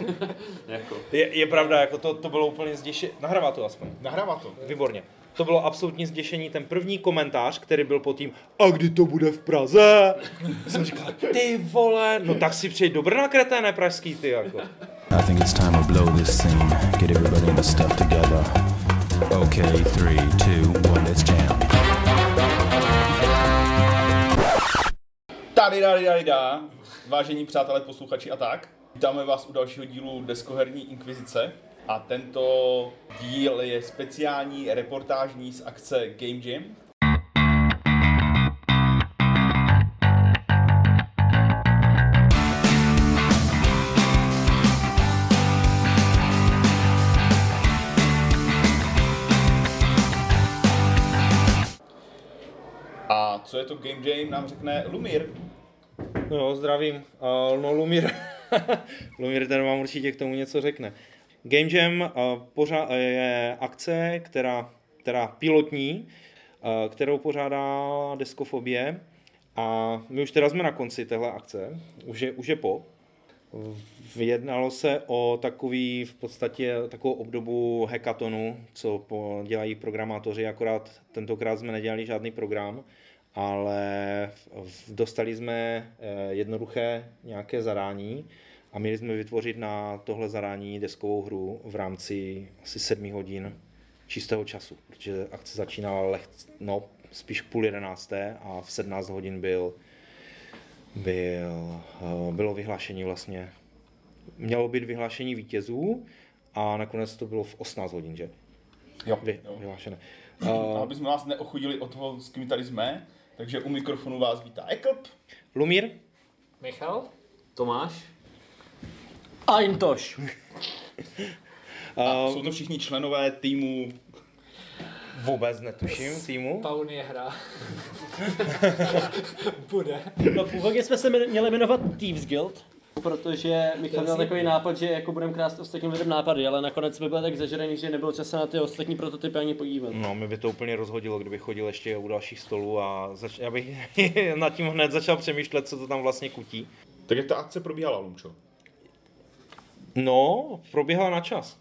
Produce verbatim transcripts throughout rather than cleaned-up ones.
jako. je, je pravda, jako to, to bylo úplně zděšení. Nahrává to aspoň. Nahrává to. Výborně. To bylo absolutní zděšení, ten první komentář, který byl pod tím, a kdy to bude v Praze? Jsem říkal, ty vole, no tak si přejď do Brna, kreténe pražský, ty jako. I think it's time to blow this scene, get everybody in the stuff together. Okay, three, two, one, let's jam. Tady, tady, tady, dá. Vážení přátelé, posluchači a tak. Vítáme vás u dalšího dílu Deskoherní inkvizice. A tento díl je speciální reportážní z akce Game Jam. A co je to Game Jam, nám řekne Lumír. No, zdravím. Uh, no, Lumír, Lumír ten vám určitě k tomu něco řekne. Game Jam uh, pořád, je akce, která, která pilotní, uh, kterou pořádá Deskofobie. A my už teda jsme na konci téhle akce, už je, už je po. Jednalo se o takový, v podstatě takovou obdobu hackathonu, co po, dělají programátoři, akorát tentokrát jsme nedělali žádný program, ale dostali jsme jednoduché nějaké zadání a měli jsme vytvořit na tohle zadání deskovou hru v rámci asi sedmi hodin čistého času, protože akce začínala leh, no, spíš půl jedenácté a v sedmnáct hodin byl, byl, bylo vyhlášení vlastně. Mělo být vyhlášení vítězů a nakonec to bylo v osmnáct hodin, že? Jo, Vy, jo. Vyhlášené. Uh, aby jsme vás neochudili od toho, s kým tady jsme, takže u mikrofonu vás vítá Eklb, Lumír, Michal, Tomáš? Aintoš. a jsou to všichni členové týmu. vůbec netuším týmu. Paun je hra. Bude. No původně jsme se měli jmenovat Thieves Guild, protože Michal měl takový nápad, že jako budeme krást ostatním lidem nápady, ale nakonec jsme byli tak zažraný, že nebylo čas se na ty ostatní prototypy ani podívat. No, mě by to úplně rozhodilo, kdybych chodil ještě u dalších stolů a zač- já bych nad tím hned začal přemýšlet, co to tam vlastně kutí. Tak jak ta akce probíhala, Lumčo? No, proběhla na čas.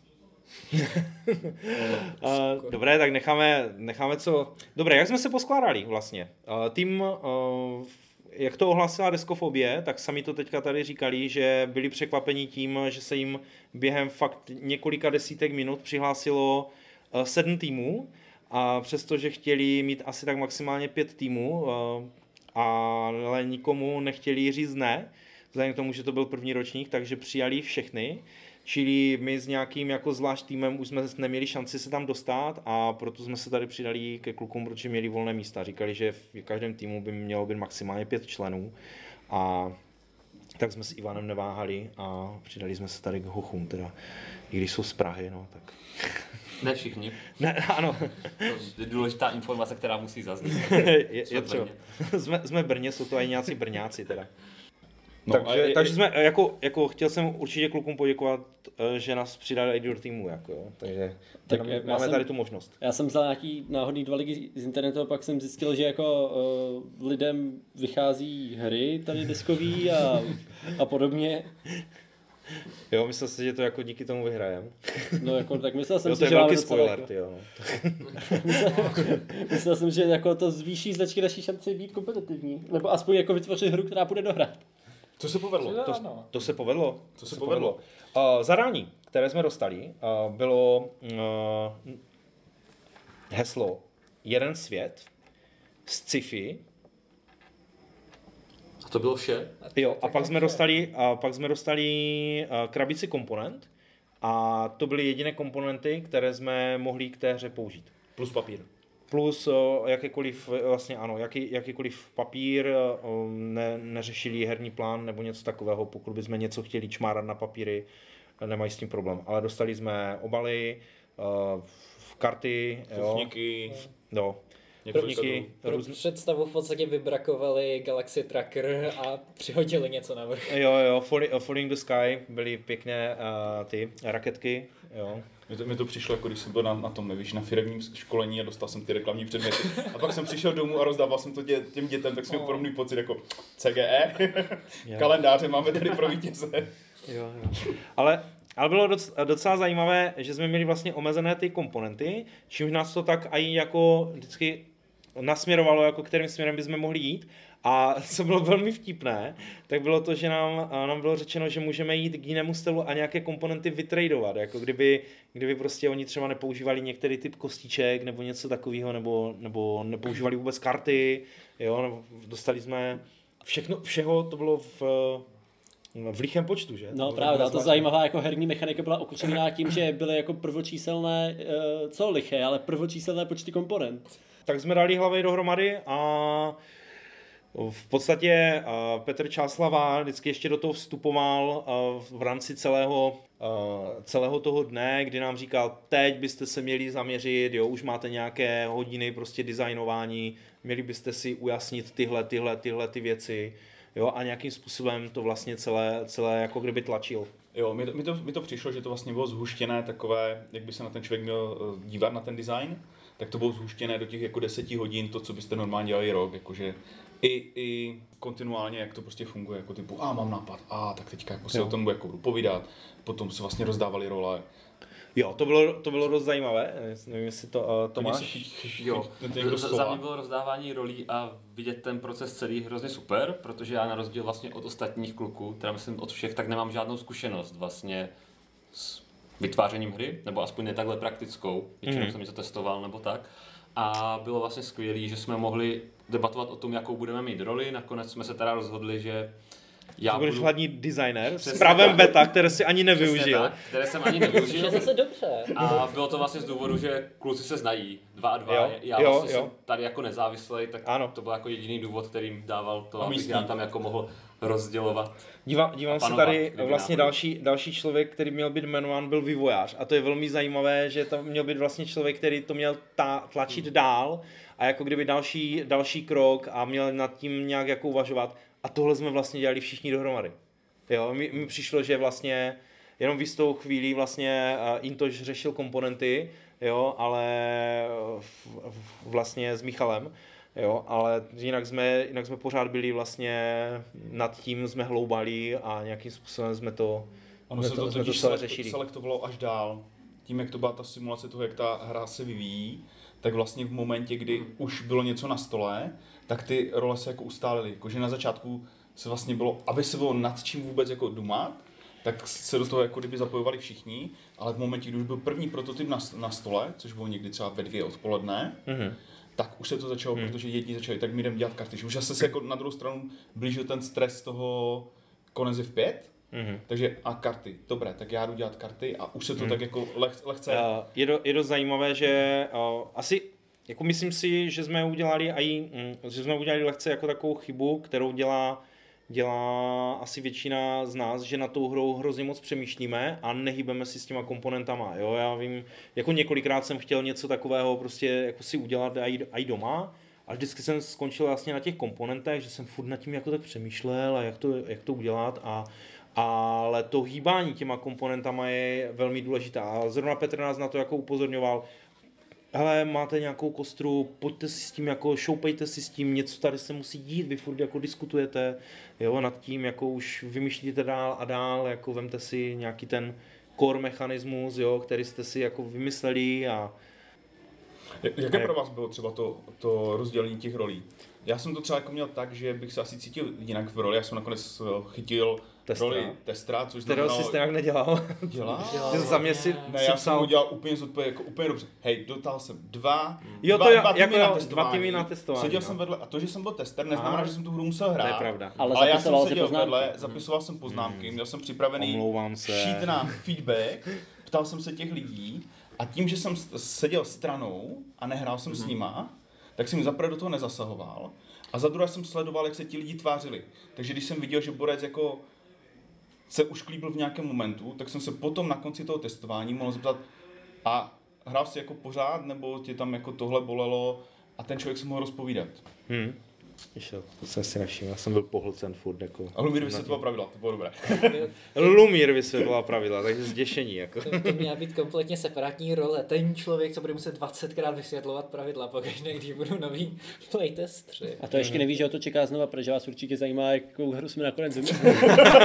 uh, dobré, tak necháme, necháme co... Dobré, jak jsme se poskládali vlastně? Uh, tým, uh, jak to ohlásila Deskofobie, tak sami to teďka tady říkali, že byli překvapeni tím, že se jim během fakt několika desítek minut přihlásilo uh, sedm týmů, a přestože chtěli mít asi tak maximálně pět týmů, uh, ale nikomu nechtěli říct ne, vzhledem k tomu, že to byl první ročník, takže přijali všechny. Čili my s nějakým jako zvlášť týmem už jsme neměli šanci se tam dostat a proto jsme se tady přidali ke klukům, protože měli volné místa. Říkali, že v každém týmu by mělo být maximálně pět členů a tak jsme s Ivanem neváhali a přidali jsme se tady k hochům, teda i když jsou z Prahy, no tak... Ne všichni. Ne, ano. To je důležitá informace, která musí zaznít. je, je třeba. Jsme, jsme v Brně, jsou to i nějací Brňáci teda. No, takže, je, takže jsme, jako, jako chtěl jsem určitě klukům poděkovat, že nás přidali i do týmu, jako jo. Takže tak máme, máme jsem, tady tu možnost. Já jsem vzal nějaký náhodný dva ligy z internetu a pak jsem zjistil, že jako uh, lidem vychází hry tady deskový a, a podobně. Jo, myslel jsem, že to jako díky tomu vyhrajem. No jako, tak myslel jsem jo, si, to je že velký máme spoiler, jako... ty jo. myslel, myslel jsem, že jako to zvýší značky naší šanci být kompetitivní. Nebo aspoň jako vytvořit hru, která bude dohrát. Co se povedlo? To, to se povedlo. Co se povedlo? Uh, zadání, které jsme dostali, uh, bylo uh, heslo Jeden svět, sci-fi. A to bylo vše? Jo, a pak jsme dostali, a pak jsme dostali uh, krabici komponent a to byly jediné komponenty, které jsme mohli k té hře použít. Plus papír. Plus uh, jakýkoliv, vlastně ano, jaký, jakýkoliv papír, uh, ne, neřešili herní plán nebo něco takového, pokud bychom něco chtěli čmárat na papíry, nemají s tím problém. Ale dostali jsme obaly, uh, karty, Fufníky, jo, fufníky, Pro představu v podstatě vybrakovali Galaxy Tracker a přihodili něco na vrch. Jo, jo, Falling, Falling the Sky, byly pěkné uh, ty raketky, jo. Mně to, mi to přišlo, jako když jsem byl na, na tom, nevíš, na firemním školení a dostal jsem ty reklamní předměty. A pak jsem přišel domů a rozdával jsem to dě, těm dětem, tak jsem měl podobný pocit jako C G E, kalendáře máme tady pro vítěze. Jo, jo. Ale, ale bylo docela, docela zajímavé, že jsme měli vlastně omezené ty komponenty, čímž nás to tak i jako vždycky nasměrovalo, jako kterým směrem bychom mohli jít. A co bylo velmi vtipné, tak bylo to, že nám, nám bylo řečeno, že můžeme jít k jinému stylu a nějaké komponenty vytradovat, jako kdyby, kdyby prostě oni třeba nepoužívali některý typ kostiček nebo něco takového, nebo, nebo nepoužívali vůbec karty, jo, nebo dostali jsme všechno, všeho to bylo v, v lichém počtu, že? No to právě, ta zvláštní. zajímavá jako herní mechanika byla okořeněná tím, že byly jako prvočíselné, uh, co liché, ale prvočíselné počty komponent. Tak jsme dali hlavy dohromady a v podstatě uh, Petr Čáslava vždycky ještě do toho vstupoval uh, v rámci celého, uh, celého toho dne, kdy nám říkal, teď byste se měli zaměřit, jo, už máte nějaké hodiny prostě designování, měli byste si ujasnit tyhle, tyhle, tyhle ty věci, jo, a nějakým způsobem to vlastně celé, celé jako kdyby tlačil. Jo, mi to, mi, to, mi to přišlo, že to vlastně bylo zhuštěné takové, jak by se na ten člověk měl dívat na ten design, tak to bylo zhuštěné do těch jako deseti hodin, to, co byste normálně dělali rok, jakože i, i kontinuálně, jak to prostě funguje, jako typu, a mám nápad, a tak teďka jako si o tom jako budu povídat, potom se vlastně rozdávali role. Jo, to bylo, to bylo dost zajímavé, nevím, jestli to uh, Tomáš. Jo, za mě bylo rozdávání rolí a vidět ten proces celý hrozně super, protože já na rozdíl vlastně od ostatních kluků, teda myslím od všech, tak nemám žádnou zkušenost vlastně s vytvářením hry, nebo aspoň ne takhle praktickou, většinou mm. jsem něco testoval nebo tak. A bylo vlastně skvělé, že jsme mohli debatovat o tom, jakou budeme mít roli, nakonec jsme se teda rozhodli, že já Ty budeš budu... hlavní designer s právem beta, které si ani nevyužil. Tak, které jsem ani nevyužil. Je zase dobře. A bylo to vlastně z důvodu, že kluci se znají, dva a dva. Jo, já jo, vlastně jo. jsem tady jako nezávislý, tak ano. to byl jako jediný důvod, kterým dával to, A abych místní. já tam jako mohl rozdělovat. Dívám, dívám se panovat, tady, kdyby vlastně náhodou. další, další člověk, který měl být jmenován, byl vývojář. A to je velmi zajímavé, že to měl být vlastně člověk, který to měl ta, tlačit dál a jako kdyby další, další krok a měl nad tím nějak jako uvažovat. A tohle jsme vlastně dělali všichni dohromady. Jo, mi, mi přišlo, že vlastně jenom v jistou chvíli vlastně uh, Intoš řešil komponenty, jo, ale v, v, vlastně s Michalem, jo, ale jinak jsme, jinak jsme pořád byli vlastně nad tím, jsme hloubali a nějakým způsobem jsme to, Ono jsme se to, to jsme to totiž celé selekt- řešili. selektovalo až dál. Tím, jak to byla ta simulace toho, jak ta hra se vyvíjí, tak vlastně v momentě, kdy už bylo něco na stole, tak ty role se jako ustálily. Jakože na začátku se vlastně bylo, aby se bylo nad čím vůbec jako dumat, tak se do toho jako kdyby zapojovali všichni, ale v momentě, kdy už byl první prototyp na, na stole, což bylo někdy třeba ve dvě odpoledne, Mm-hmm. tak už se to začalo, Hmm. protože jedni začali, tak my jdeme dělat karty. Že už zase se jako na druhou stranu blížil ten stres toho konec je v pět, Mm-hmm. takže a karty, dobré, tak já jdu dělat karty a už se to Hmm. tak jako leh, lehce... Uh, je, do, je dost zajímavé, že uh, asi, jako myslím si, že jsme udělali aj, mm, že jsme udělali lehce jako takovou chybu, kterou dělá, dělá asi většina z nás, že na tou hrou hrozně moc přemýšlíme a nehybeme si s těma komponentama, jo, já vím, jako několikrát jsem chtěl něco takového prostě jako si udělat aj, aj doma, a vždycky jsem skončil vlastně na těch komponentech, že jsem furt nad tím jako tak přemýšlel a jak to, jak to udělat a ale to hýbání těma komponentama je velmi důležité a zrovna Petr nás na to jako upozorňoval. Hele, máte nějakou kostru, pojďte si s tím, jako šoupejte si s tím, něco tady se musí dít, vy furt jako diskutujete, jo, nad tím, jako už vymýšlíte dál a dál, jako vemte si nějaký ten core mechanismus, jo, který jste si jako vymysleli a... Jaké pro vás bylo třeba to, to rozdělení těch rolí? Já jsem to třeba jako měl tak, že bych se asi cítil jinak v roli, já jsem nakonec chytil Testra. roli testra, což Kterého znamenalo... jsi stejnak nedělal. Dělá? Že za mě si, Ne, si já jsem psal... ho dělal úplně zodpovědně, jako úplně dobře. Hej, dotáhl jsem dva, Jo, dva, to je- dva, jako týmy na dva testování. týmy na testování, Seděl no. jsem vedle, a to, že jsem byl tester, neznamená, Aha. že jsem tu hru musel hrát. To je pravda. Ale Ale já jsem zapisoval si seděl poznámky. vedle, zapisoval jsem poznámky, měl jsem připravený Omlouvám se. sheet na feedback, ptal jsem se těch lidí a tím, že jsem s- seděl stranou a nehrál jsem s nima, tak jsem zaprvé do toho nezasahoval a za druhé jsem sledoval, jak se ti lidi tvářili. Takže když jsem viděl, že borec jako se už klíbil v nějakém momentu, tak jsem se potom na konci toho testování mohl zeptat, a hrál jsi jako pořád, nebo tě tam jako tohle bolelo, a ten člověk se mohl rozpovídat. Hmm. Ještě, to jsem si nevšiml, já jsem byl pohlcen furt jako... A Lumír vysvětloval pravidla, to bylo dobré. Lumír vysvětloval pravidla, takže zděšení jako. To, to měla být kompletně separátní role. Ten člověk, co bude muset dvacetkrát vysvětlovat pravidla, pokaždé, když budou nový playtestři. A to ještě nevíš, že ho to čeká znova, protože vás určitě zajímá, jakou hru jsme nakonec vymysleli.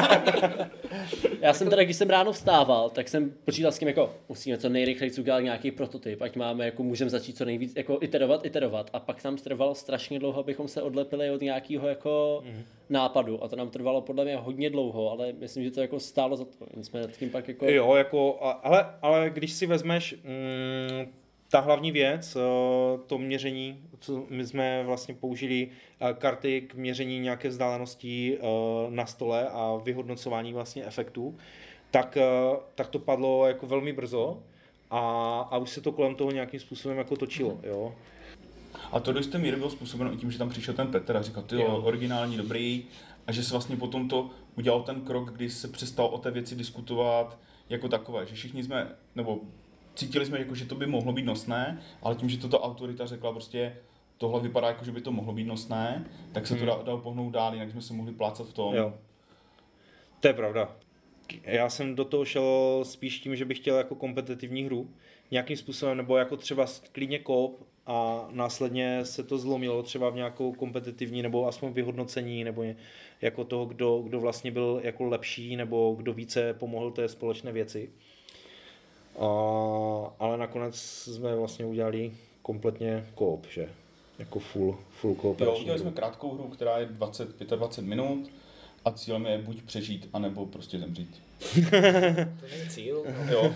Já jsem teda, když jsem ráno vstával, tak jsem počítal s tím, jako musíme co nejrychleji udělat nějaký prototyp, ať máme, jako můžeme začít co nejvíc, jako iterovat, iterovat. A pak nám trvalo strašně dlouho, abychom se odlepili od nějakého jako mm. nápadu. A to nám trvalo podle mě hodně dlouho, ale myslím, že to jako stálo za to. My jsme tím pak jako... Jo, jako, ale, ale když si vezmeš mm, ta hlavní věc, to měření, co my jsme vlastně použili karty k měření nějaké vzdálenosti na stole a vyhodnocování vlastně efektů, tak, tak to padlo jako velmi brzo a, a už se to kolem toho nějakým způsobem jako točilo, jo. A to do jisté míry bylo způsobeno i tím, že tam přišel ten Petr a říkal, ty jo, originální, dobrý, a že se vlastně potom to udělal ten krok, kdy se přestal o té věci diskutovat jako takové, že všichni jsme, nebo cítili jsme, jako, že to by mohlo být nosné, ale tím, že toto autorita řekla prostě, tohle vypadá jako, že by to mohlo být nosné, tak se hmm. to dalo pohnout dál, jinak jsme se mohli plácat v tom. Jo. To je pravda. Já jsem do toho šel spíš tím, že bych chtěl jako kompetitivní hru nějakým způsobem, nebo jako třeba klidně co-op a následně se to zlomilo třeba v nějakou kompetitivní nebo aspoň vyhodnocení nebo jako toho, kdo, kdo vlastně byl jako lepší nebo kdo více pomohl té společné věci. A, ale nakonec jsme vlastně udělali kompletně co-op, že? Jako full, full kooperační. Jo, udělali jsme krátkou hru, která je dvacet až dvacet pět minut a cílem je buď přežít, anebo prostě zemřít. To není cíl. Jo.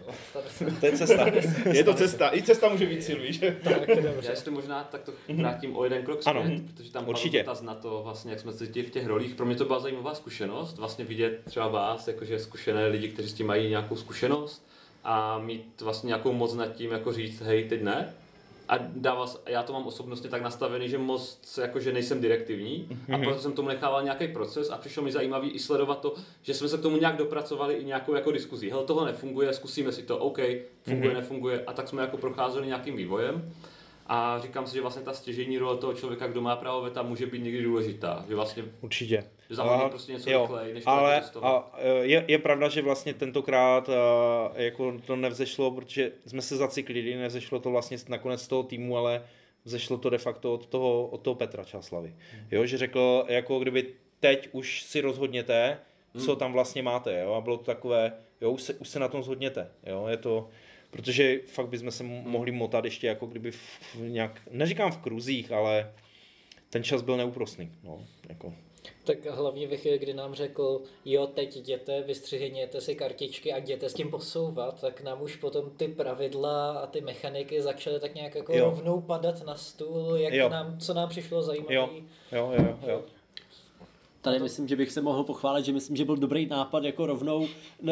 To je cesta. Je to cesta. I cesta může být cíl, víš? Tak, dobře. Já ještě možná tak to vrátím o jeden krok zpět, ano, protože tam určitě. padl dotaz na to, vlastně, jak jsme se cítili v těch rolích. Pro mě to byla zajímavá zkušenost, vlastně vidět třeba vás, jakože zkušené lidi, kteří s tím mají nějakou zkušenost a mít vlastně nějakou moc nad tím, jako říct, hej, teď ne. A dává, já to mám osobnostně tak nastavený, že moc jakože nejsem direktivní a proto jsem tomu nechával nějaký proces a přišlo mi zajímavý i sledovat to, že jsme se k tomu nějak dopracovali i nějakou jako diskuzí. Hele, tohle nefunguje, zkusíme si to, OK, funguje, mm-hmm. nefunguje a tak jsme jako procházeli nějakým vývojem. A říkám si, že vlastně ta stěžejní role toho člověka, kdo má právo veta, může být někdy důležitá. Že vlastně určitě. Že zahodí prostě něco jo, rychlej, než ale to a, je, je pravda, že vlastně tentokrát a, jako to nevzešlo, protože jsme se zacyklili, nevzešlo to vlastně nakonec z toho týmu, ale vzešlo to de facto od toho, od toho Petra Čáslavy. Hmm. Jo, že řekl, jako kdyby teď už si rozhodněte, co hmm. tam vlastně máte, jo, a bylo to takové, jo, už se, už se na tom zhodněte, jo, je to... Protože fakt bychom se mohli motat ještě jako kdyby v, v nějak, neříkám v kruzích, ale ten čas byl neúprosný. No, jako. Tak hlavně ve chvíli, kdy nám řekl, jo, teď jděte, vystřihněte si kartičky a jděte s tím posouvat, tak nám už potom ty pravidla a ty mechaniky začaly tak nějak jako jo. rovnou padat na stůl, jak nám, co nám přišlo zajímavé. Jo, jo, jo, jo. Tady myslím, že bych se mohl pochválit, že myslím, že byl dobrý nápad jako rovnou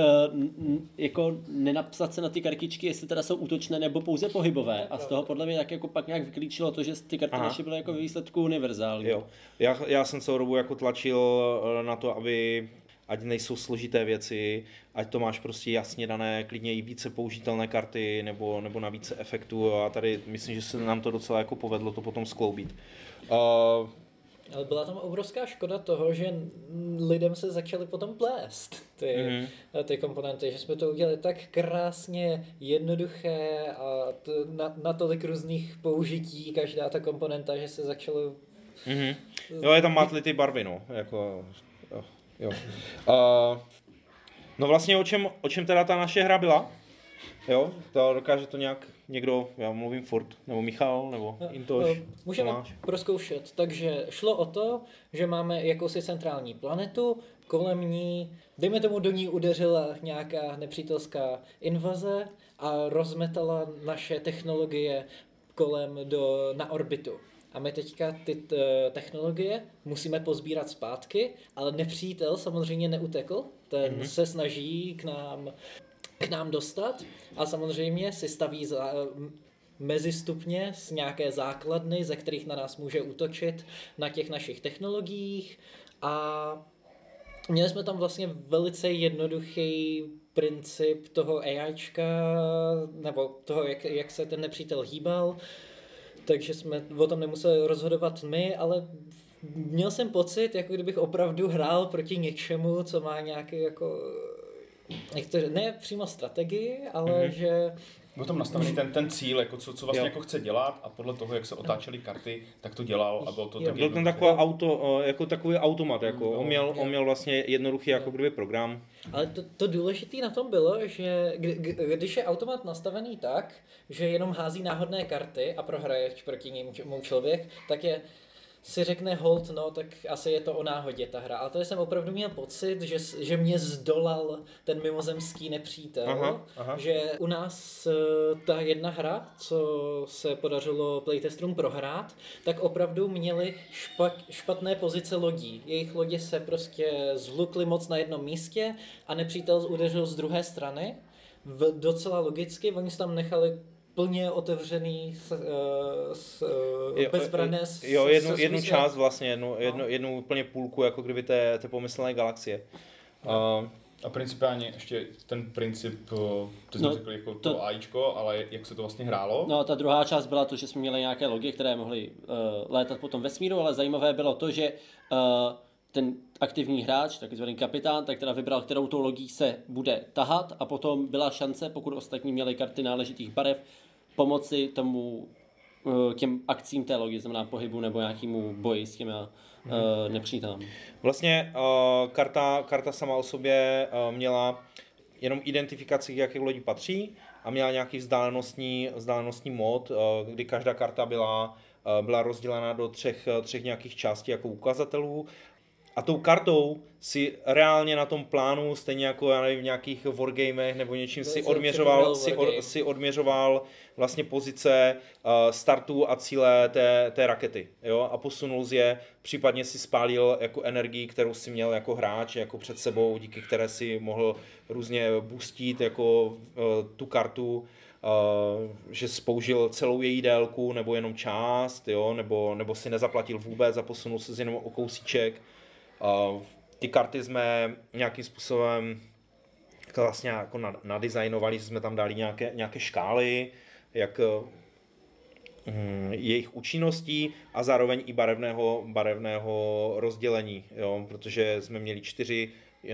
jako nenapsat se na ty kartičky, jestli teda jsou útočné nebo pouze pohybové. A z toho podle mě tak jako pak nějak vyklíčilo to, že ty karty naše byly jako výsledku univerzální. Jo. Já, já jsem celou dobu jako tlačil na to, aby ať nejsou složité věci, ať to máš prostě jasně dané, klidně i více použitelné karty nebo, nebo na více efektů a tady myslím, že se nám to docela jako povedlo to potom skloubit. Uh, Ale byla tam obrovská škoda toho, že lidem se začaly potom plést ty, mm-hmm. ty komponenty, že jsme to udělali tak krásně jednoduché a to, na, na tolik různých použití každá ta komponenta, že se začalo... Mm-hmm. Jo, je tam mátly ty barvy, no, jako... Jo, jo. Uh, no vlastně o čem, o čem teda ta naše hra byla? Jo, to dokáže to nějak někdo, já mluvím furt, nebo Michal, nebo Intoš, můžeme Tomáš. Prozkoušet. Takže šlo o to, že máme jakousi centrální planetu, kolem ní, dejme tomu, do ní udeřila nějaká nepřítelská invaze a rozmetala naše technologie kolem do, na orbitu. A my teďka ty t- technologie musíme pozbírat zpátky, ale nepřítel samozřejmě neutekl, ten mm-hmm. se snaží k nám k nám dostat a samozřejmě si staví za, mezistupně z nějaké základny, ze kterých na nás může útočit na těch našich technologiích a měli jsme tam vlastně velice jednoduchý princip toho AIčka nebo toho, jak, jak se ten nepřítel hýbal. takže jsme o tom nemuseli rozhodovat my, ale měl jsem pocit, jako kdybych opravdu hrál proti něčemu, co má nějaký jako, jak to, ne přímo strategii, ale mm-hmm. že... Byl tam nastavený ten, ten cíl, jako co, co vlastně jako chce dělat a podle toho, jak se otáčely karty, tak to dělal a bylo to tak Byl ten takový auto, jako takový automat, jako on měl, on měl vlastně jednoduchý jako kdyby program. Ale to, to důležité na tom bylo, že kdy, když je automat nastavený tak, že jenom hází náhodné karty a prohraje proti němu člověk, tak je si řekne hold, no, tak asi je to o náhodě ta hra. Ale to jsem opravdu měl pocit, že, že mě zdolal ten mimozemský nepřítel. Aha, aha. Že u nás ta jedna hra, co se podařilo playtestrům prohrát, tak opravdu měli špak, špatné pozice lodí. Jejich lodě se prostě zhlukly moc na jednom místě a nepřítel udeřil z druhé strany. V, docela logicky, oni se tam nechali plně otevřený s, s, jo, bezbrané s, jo, jednu, jednu část vlastně, jednu, jednu, jednu úplně půlku jako kdyby té, té pomyslné galaxie. No. Uh, a principiálně ještě ten princip, to jsme no, řekli jako to, to AIčko, ale jak se to vlastně hrálo? No ta druhá část byla to, že jsme měli nějaké logie, které mohly uh, létat po tom vesmíru, ale zajímavé bylo to, že uh, ten aktivní hráč, takzvaný kapitán, tak teda vybral, kterou tou lodí se bude tahat a potom byla šance, pokud ostatní měli karty náležitých barev, pomoci tomu těm akcím té lodi, znamená pohybu nebo nějakému boji s těmi hmm. uh, nepřítelem. Vlastně uh, karta, karta sama o sobě uh, měla jenom identifikaci, k jaké lodi patří a měla nějaký vzdálenostní, vzdálenostní mod, uh, kdy každá karta byla, uh, byla rozdělena do třech, třech nějakých částí jako ukazatelů. A tou kartou si reálně na tom plánu, stejně jako já nevím, v nějakých wargamech nebo něčím si odměřoval, si, od, si odměřoval vlastně pozice uh, startu a cíle té, té rakety. Jo? A posunul je, případně si spálil jako energii, kterou si měl jako hráč, jako před sebou, díky které si mohl různě boostit jako uh, tu kartu. Uh, že spoužil celou její délku nebo jenom část, jo? Nebo, nebo si nezaplatil vůbec a posunul se jenom o kousíček. Uh, ty karty jsme nějakým způsobem vlastně jako nadizajnovali, že jsme tam dali nějaké, nějaké škály, jak um, jejich účinností a zároveň i barevného, barevného rozdělení, jo? Protože jsme měli čtyři,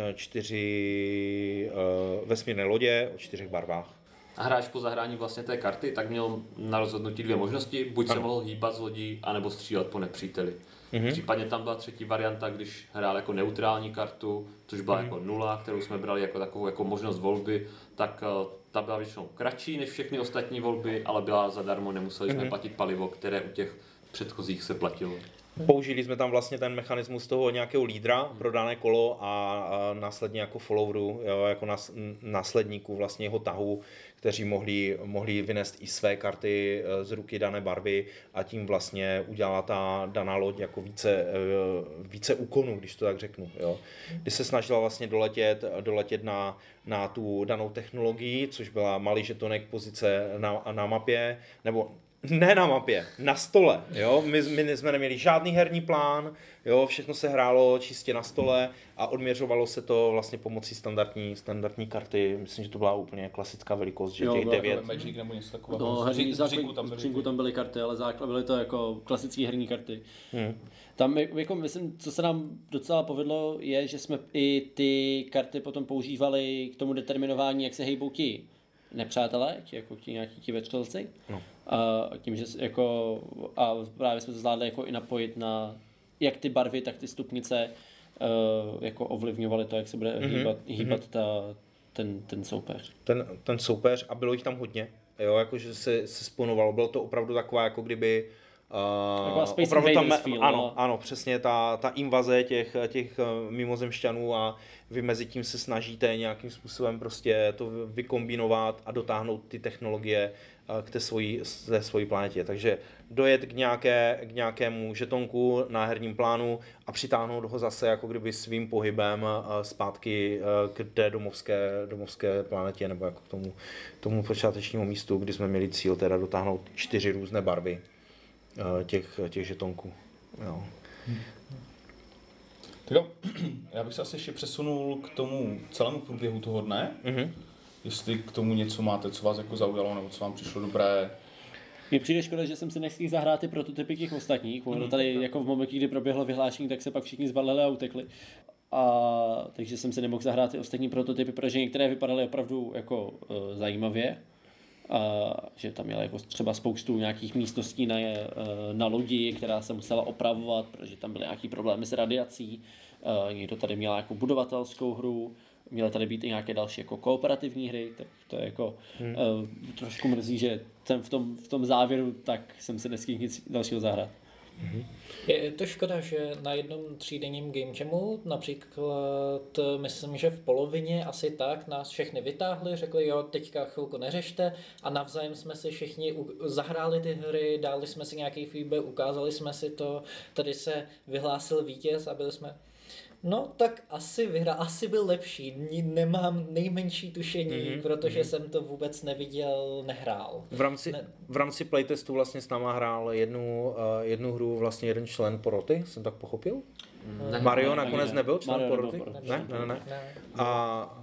čtyři uh, vesmírné lodě o čtyřech barvách. A hráč po zahrání vlastně té karty tak měl na rozhodnutí dvě možnosti, buď ano. se mohl hýbat z lodí, anebo střílet po nepříteli. Mm-hmm. Případně tam byla třetí varianta, když hrál jako neutrální kartu, což byla mm-hmm. jako nula, kterou jsme brali jako takovou jako možnost volby, tak uh, ta byla většinou kratší než všechny ostatní volby, ale byla zadarmo, nemuseli mm-hmm. jsme platit palivo, které u těch předchozích se platilo. Použili jsme tam vlastně ten mechanismus toho nějakého lídra pro dané kolo a, a následně jako followerů, jo, jako nás, následníků vlastně jeho tahu, kteří mohli, mohli vynést i své karty z ruky dané barvy a tím vlastně udělala ta daná loď jako více, více úkonů, když to tak řeknu. Jo. Kdy se snažila vlastně doletět, doletět na, na tu danou technologii, což byla malý žetonek pozice na, na mapě, nebo ne na mapě, na stole, jo, my, my jsme neměli žádný herní plán, jo, všechno se hrálo čistě na stole a odměřovalo se to vlastně pomocí standardní, standardní karty, myslím, že to byla úplně klasická velikost, že jo, těch devět. Magic nebo něco takového. No, herní, základ, tam, byly... tam byly karty, ale základ byly to jako klasické herní karty. Hmm. Tam, jako myslím, co se nám docela povedlo, je, že jsme i ty karty potom používali k tomu determinování, jak se hejbou ti nepřátelé, jako ti nějaký ti vetřelci. No. A tím, že jako, a právě jsme to zvládli jako i napojit na jak ty barvy, tak ty stupnice uh, jako ovlivňovaly to, jak se bude mm-hmm. hýbat, hýbat mm-hmm. ta, ten, ten soupeř. Ten, ten soupeř a bylo jich tam hodně, jo, jakože se, se sponovalo, bylo to opravdu taková, jako kdyby Uh, opravdu tam, feel, ano, no. ano, přesně ta, ta invaze těch, těch mimozemšťanů a vy mezi tím se snažíte nějakým způsobem prostě to vykombinovat a dotáhnout ty technologie k té svojí, té svojí planetě. Takže dojet k, nějaké, k nějakému žetonku na herním plánu a přitáhnout ho zase jako kdyby svým pohybem zpátky k té domovské, domovské planetě nebo jako k tomu, tomu počátečnímu místu, kdy jsme měli cíl teda dotáhnout čtyři různé barvy těch, těch žetonků. Jo. Tak jo, já bych se asi ještě přesunul k tomu celému průběhu toho dne. Mm-hmm. Jestli k tomu něco máte, co vás jako zaujalo, nebo co vám přišlo dobré. Mně přijde škoda, že jsem si nechtěl zahrát ty prototypy těch ostatních. Ono tady jako v momentě, kdy proběhlo vyhlášení, tak se pak všichni zbalili a utekli. A takže jsem si nemohl zahrát ty ostatní prototypy, protože některé vypadaly opravdu jako uh, zajímavě. A že tam měla jako třeba spoustu nějakých místností na, na lodi, která se musela opravovat, protože tam byly nějaký problémy s radiací. Někdo tady měl jako budovatelskou hru, měly tady být i nějaké další jako kooperativní hry, tak to je jako hmm. uh, trošku mrzí, že jsem v tom, v tom závěru, tak jsem se nestihl nic dalšího zahrát. Mm-hmm. Je to škoda, že na jednom třídenním game jamu, například myslím, že v polovině asi tak nás všechny vytáhli, řekli jo, teďka chvilku neřešte a navzájem jsme si všichni zahráli ty hry, dali jsme si nějaký feedback, ukázali jsme si to, tady se vyhlásil vítěz a byli jsme no tak asi vyhrál, asi byl lepší, nemám nejmenší tušení, mm-hmm. protože mm-hmm. jsem to vůbec neviděl, nehrál. V rámci, ne... v rámci playtestu vlastně s náma hrál jednu, uh, jednu hru vlastně jeden člen poroty, jsem tak pochopil? Ne, Mario ne, nakonec ne, nebyl člen Mario poroty? Nebyl, ne, ne, ne, ne. ne. A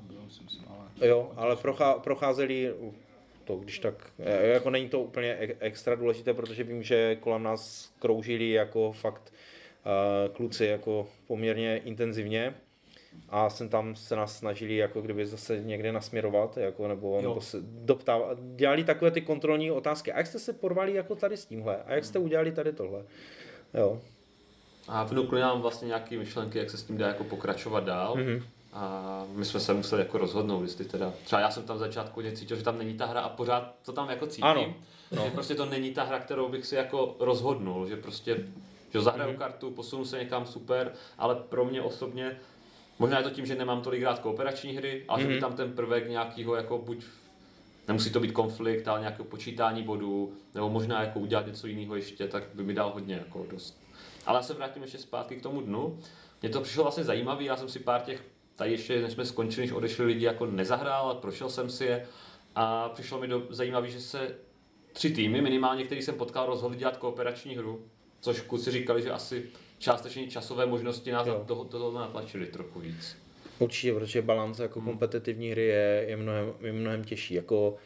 jo, ale prochá, procházeli to, když tak, jako není to úplně extra důležité, protože vím, že kolem nás kroužili jako fakt kluci jako poměrně intenzivně a jsem tam se nás snažili jako kdyby zase někde nasměrovat jako, nebo, nebo se doptávat, dělali takové ty kontrolní otázky, a jak jste se porvali jako tady s tímhle a jak jste udělali tady tohle, jo. A vnukli nám vlastně nějaké myšlenky, jak se s tím dá jako pokračovat dál. Mm-hmm. A my jsme se museli jako rozhodnout, jestli teda, třeba já jsem tam v začátku cítil, že tam není ta hra a pořád to tam jako cítím, ano. No. Že prostě to není ta hra, kterou bych si jako rozhodnul, že prostě že zahraju mm. kartu, posunu se někam super, ale pro mě osobně, možná je to tím, že nemám tolik rád kooperační hry, ale mm. že by tam ten prvek nějakýho jako buď, nemusí to být konflikt, ale nějakého počítání bodů, nebo možná jako udělat něco jiného ještě, tak by mi dal hodně jako dost. Ale já se vrátím ještě zpátky k tomu dnu. Mně to přišlo vlastně zajímavý, já jsem si pár těch, tady ještě než jsme skončili, než odešli lidi, jako nezahrál, ale prošel jsem si je a přišlo mi do, zajímavý, že se tři týmy, minimálně, který jsem potkal, rozhodli dělat kooperační hru. Což kluci říkali, že asi částečně časové možnosti nás do toho, toho natlačili trochu víc. Určitě, protože balance jako hmm. kompetitivní hry je, je, mnohem, je mnohem těžší. Jako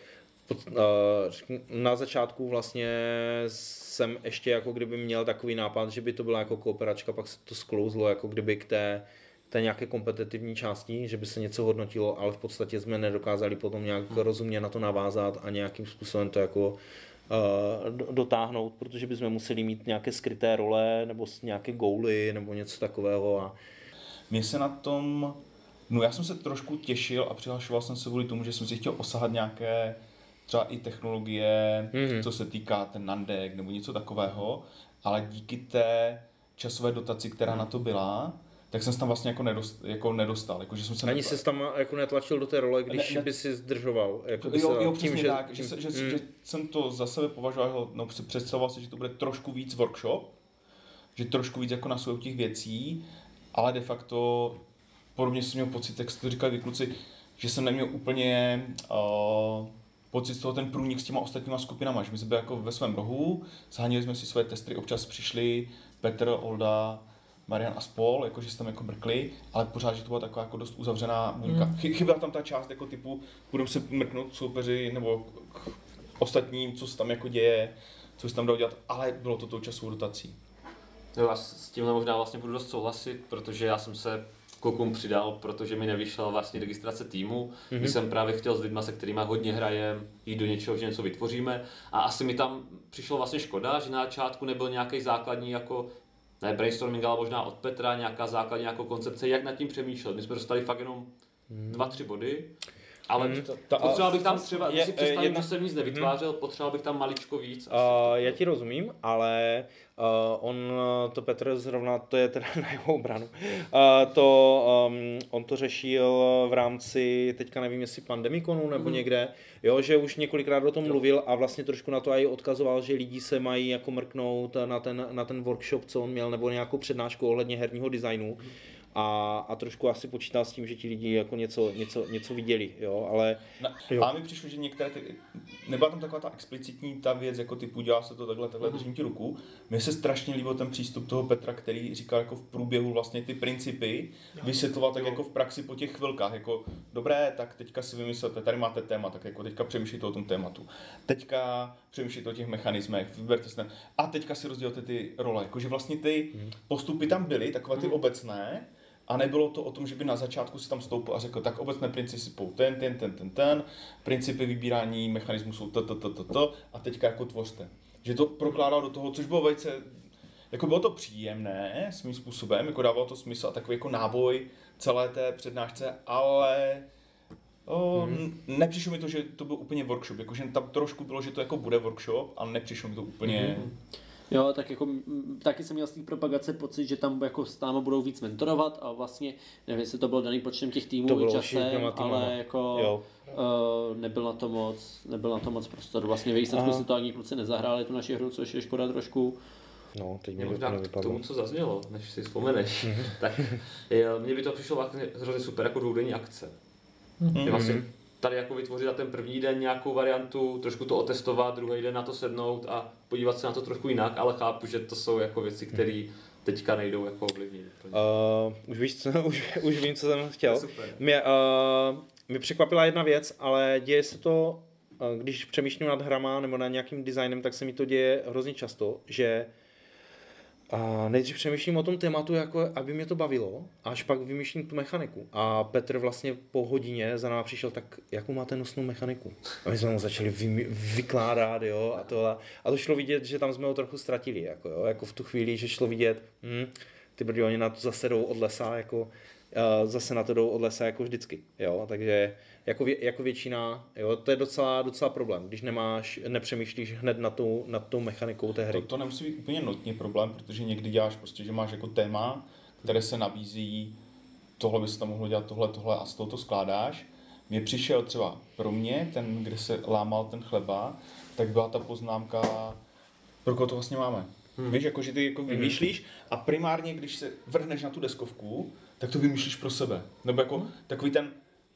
na začátku vlastně jsem ještě jako kdyby měl takový nápad, že by to byla jako kooperačka, pak se to sklouzlo jako kdyby k té, té nějaké kompetitivní části, že by se něco hodnotilo, ale v podstatě jsme nedokázali potom nějak hmm. rozumně na to navázat a nějakým způsobem to jako dotáhnout, protože bychom museli mít nějaké skryté role nebo nějaké góly nebo něco takového. A mně se na tom, no já jsem se trošku těšil a přihlašoval jsem se kvůli tomu, že jsem si chtěl osahat nějaké třeba i technologie, mm-hmm. co se týká ten Nandek nebo něco takového, ale díky té časové dotaci, která mm. na to byla, tak jsem se tam vlastně jako, nedost, jako nedostal. Jako, že jsem se Ani jsi tam jako netlačil do té role, když ne, ne, by si zdržoval. Jako by jo, se, jo, přesně tím, tak. Že, že, že, mm. že jsem to za sebe považoval, no představoval si, že to bude trošku víc workshop, že trošku víc jako na svou těch věcí, ale de facto podobně jsem měl pocit, jak jste to říkali vy kluci, že jsem neměl úplně uh, pocit z toho ten průnik s těma ostatníma skupinama, že my jsme byli jako ve svém rohu, zháněli jsme si své testy, občas přišli Petr, Olda, Marian a spol, jakože se tam jako brkli, ale pořád, že to byla taková jako dost uzavřená buňka. Mm. Chyběla tam ta část jako typu, budou se mrknout soupeři nebo k ostatním, co se tam jako děje, co se tam dá udělat, ale bylo to tou časovou dotací. Jo, já s tímhle možná vlastně budu dost souhlasit, protože já jsem se klukům přidal, protože mi nevyšla vlastně registrace týmu, mm-hmm. kdy jsem právě chtěl s lidma, se kterýma hodně hrajem, jít do něčeho, že něco vytvoříme a asi mi tam přišlo vlastně škoda, že na začátku nebyl nějaký základní jako ne brainstorming, ale možná od Petra nějaká základní jako koncepce, jak nad tím přemýšlet. My jsme dostali fakt jenom hmm. dva, tři body, ale hmm. potřeboval bych tam třeba, když si představím, jedna... že jsem nic nevytvářel, hmm. potřeboval bych tam maličko víc. Uh, já ti rozumím, ale uh, on, to Petr zrovna, to je teda na jeho obranu, uh, to, um, on to řešil v rámci, teďka nevím, jestli Pandemikonu nebo hmm. někde, jo, že už několikrát o tom jo. mluvil a vlastně trošku na to i odkazoval, že lidi se mají jako mrknout na ten, na ten workshop, co on měl, nebo nějakou přednášku ohledně herního designu. Hmm. a, a trošku asi počítal s tím, že ti lidi jako něco, něco, něco viděli, jo, ale... No, jo. A mi přišlo, že některé ty, nebyla tam taková ta explicitní ta věc, jako typu dělá se to takhle, takhle, držím ti ruku. Mně se strašně líbil ten přístup toho Petra, který říkal jako v průběhu vlastně ty principy, vysvětloval tak jako v praxi po těch chvilkách, jako dobré, tak teďka si vymyslete, tady máte téma, tak jako teďka přemýšlíte o tom tématu. Teďka přemýšlíte o těch mechanismech, vyberte si ten, a teďka si rozdělte ty role, jakože vlastně ty postupy tam byly, takové ty obecné, a nebylo to o tom, že by na začátku si tam stoupil a řekl, tak obecné principy jsou ten, ten, ten, ten, ten, principy vybírání mechanismů jsou to, to, to, to, to, a teďka jako tvořte. Že to prokládal do toho, což bylo velice, jako bylo to příjemné svým způsobem, jako dávalo to smysl a takový jako náboj celé té přednášce, ale o, hmm. nepřišlo mi to, že to byl úplně workshop, jakože tam trošku bylo, že to jako bude workshop, ale nepřišlo mi to úplně... Hmm. Jo, tak jako taky jsem měl z té propagace pocit, že tam jako s náma budou víc mentorovat a vlastně, nevím, jestli to bylo daný počtem těch týmů i časem, ale jako uh, nebyl na to moc, nebyl na to moc prostor. Vlastně ve výsledku si to ani kluci nezahráli tu naši hru, což je škoda trošku. No, teď mě možná k tomu, co zaznělo, než si vzpomeneš, tak mně by to přišlo vlastně hrozně super jako dvoudenní akce. Mm-hmm. Vlastně tady jako vytvořit na ten první den nějakou variantu, trošku to otestovat, druhý den na to sednout a podívat se na to trošku jinak, ale chápu, že to jsou jako věci, které teďka nejdou jako ovlivnit. Uh, už víš, co, už, už vím, co jsem chtěl. Mě, uh, mě překvapila jedna věc, ale děje se to, uh, když přemýšlím nad hrama nebo nad nějakým designem, tak se mi to děje hrozně často, že a nejdřív přemýšlím o tom tématu, jako aby mě to bavilo, až pak vymýšlím tu mechaniku. A Petr vlastně po hodině za náma přišel, tak jakou máte nosnou mechaniku? A my jsme mu začali vy, vykládat, jo, a tohle. A to šlo vidět, že tam jsme ho trochu ztratili, jako, jo, jako v tu chvíli, že šlo vidět, hm, ty brdy, oni na to zase jdou od lesa, jako, uh, zase na to jdou od lesa, jako vždycky, jo, takže jako, vě, jako většina, jo, to je docela, docela problém, když nemáš, nepřemýšlíš hned na tu, nad tou mechanikou té hry. To, to nemusí být úplně nutně problém, protože někdy děláš prostě, že máš jako téma, které se nabízí, tohle by se tam mohlo dělat, tohle, tohle a z toho to skládáš. Mně přišel třeba pro mě, ten, kde se lámal ten chleba, tak byla ta poznámka, pro koho to vlastně máme. Hmm. Víš, jako, že ty jako vymýšlíš a primárně, když se vrhneš na tu deskovku, tak to vymýšlíš pro sebe. Nebo jako hmm. takový ten,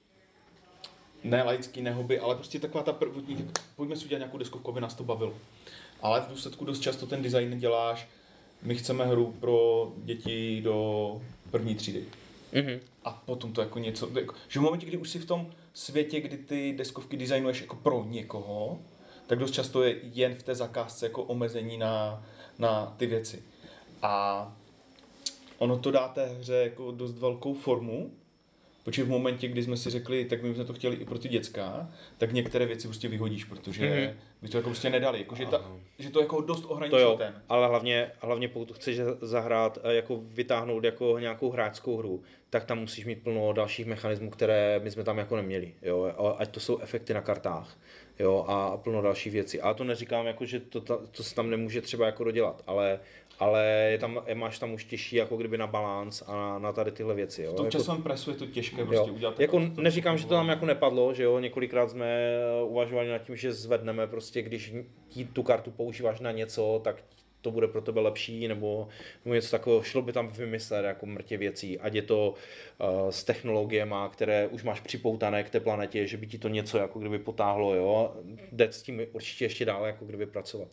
ne laický, ne hobby, ale prostě taková ta prvotní, tak pojďme si udělat nějakou deskovku, aby nás to bavilo. Ale v důsledku dost často ten design neděláš, my chceme hru pro děti do první třídy. Mm-hmm. A potom to jako něco, jako, že v momentě, kdy už si v tom světě, kdy ty deskovky designuješ jako pro někoho, tak dost často je jen v té zakázce jako omezení na, na ty věci. A ono to dá té hře jako dost velkou formu, protože v momentě, kdy jsme si řekli, tak my jsme to chtěli i pro ty děcka, tak některé věci prostě vyhodíš, protože mm-hmm. by to jako prostě nedali, jako, že, ta, že to jako dost ohraničilo ten. Ale hlavně, hlavně pokud chceš zahrát, jako vytáhnout jako nějakou hráčskou hru, tak tam musíš mít plno dalších mechanismů, které my jsme tam jako neměli, jo, ať to jsou efekty na kartách, jo, a plno dalších věcí. A to neříkám jako, že to, to, to se tam nemůže třeba jako dodělat, ale ale je tam, máš tam už těžší jako kdyby na balans a na, na tady tyhle věci. Jo. V tom jako, časovém presu je to těžké prostě jo. udělat. Jako to, neříkám, že to tam jako nepadlo, že jo, několikrát jsme uvažovali nad tím, že zvedneme prostě, když tí, tu kartu používáš na něco, tak to bude pro tebe lepší, nebo, nebo něco takového, šlo by tam vymyslet jako mrtě věcí, ať je to uh, s technologiemi, které už máš připoutané k té planetě, že by ti to něco jako kdyby potáhlo, jo, jde s tím určitě ještě dále jako kdyby pracovat.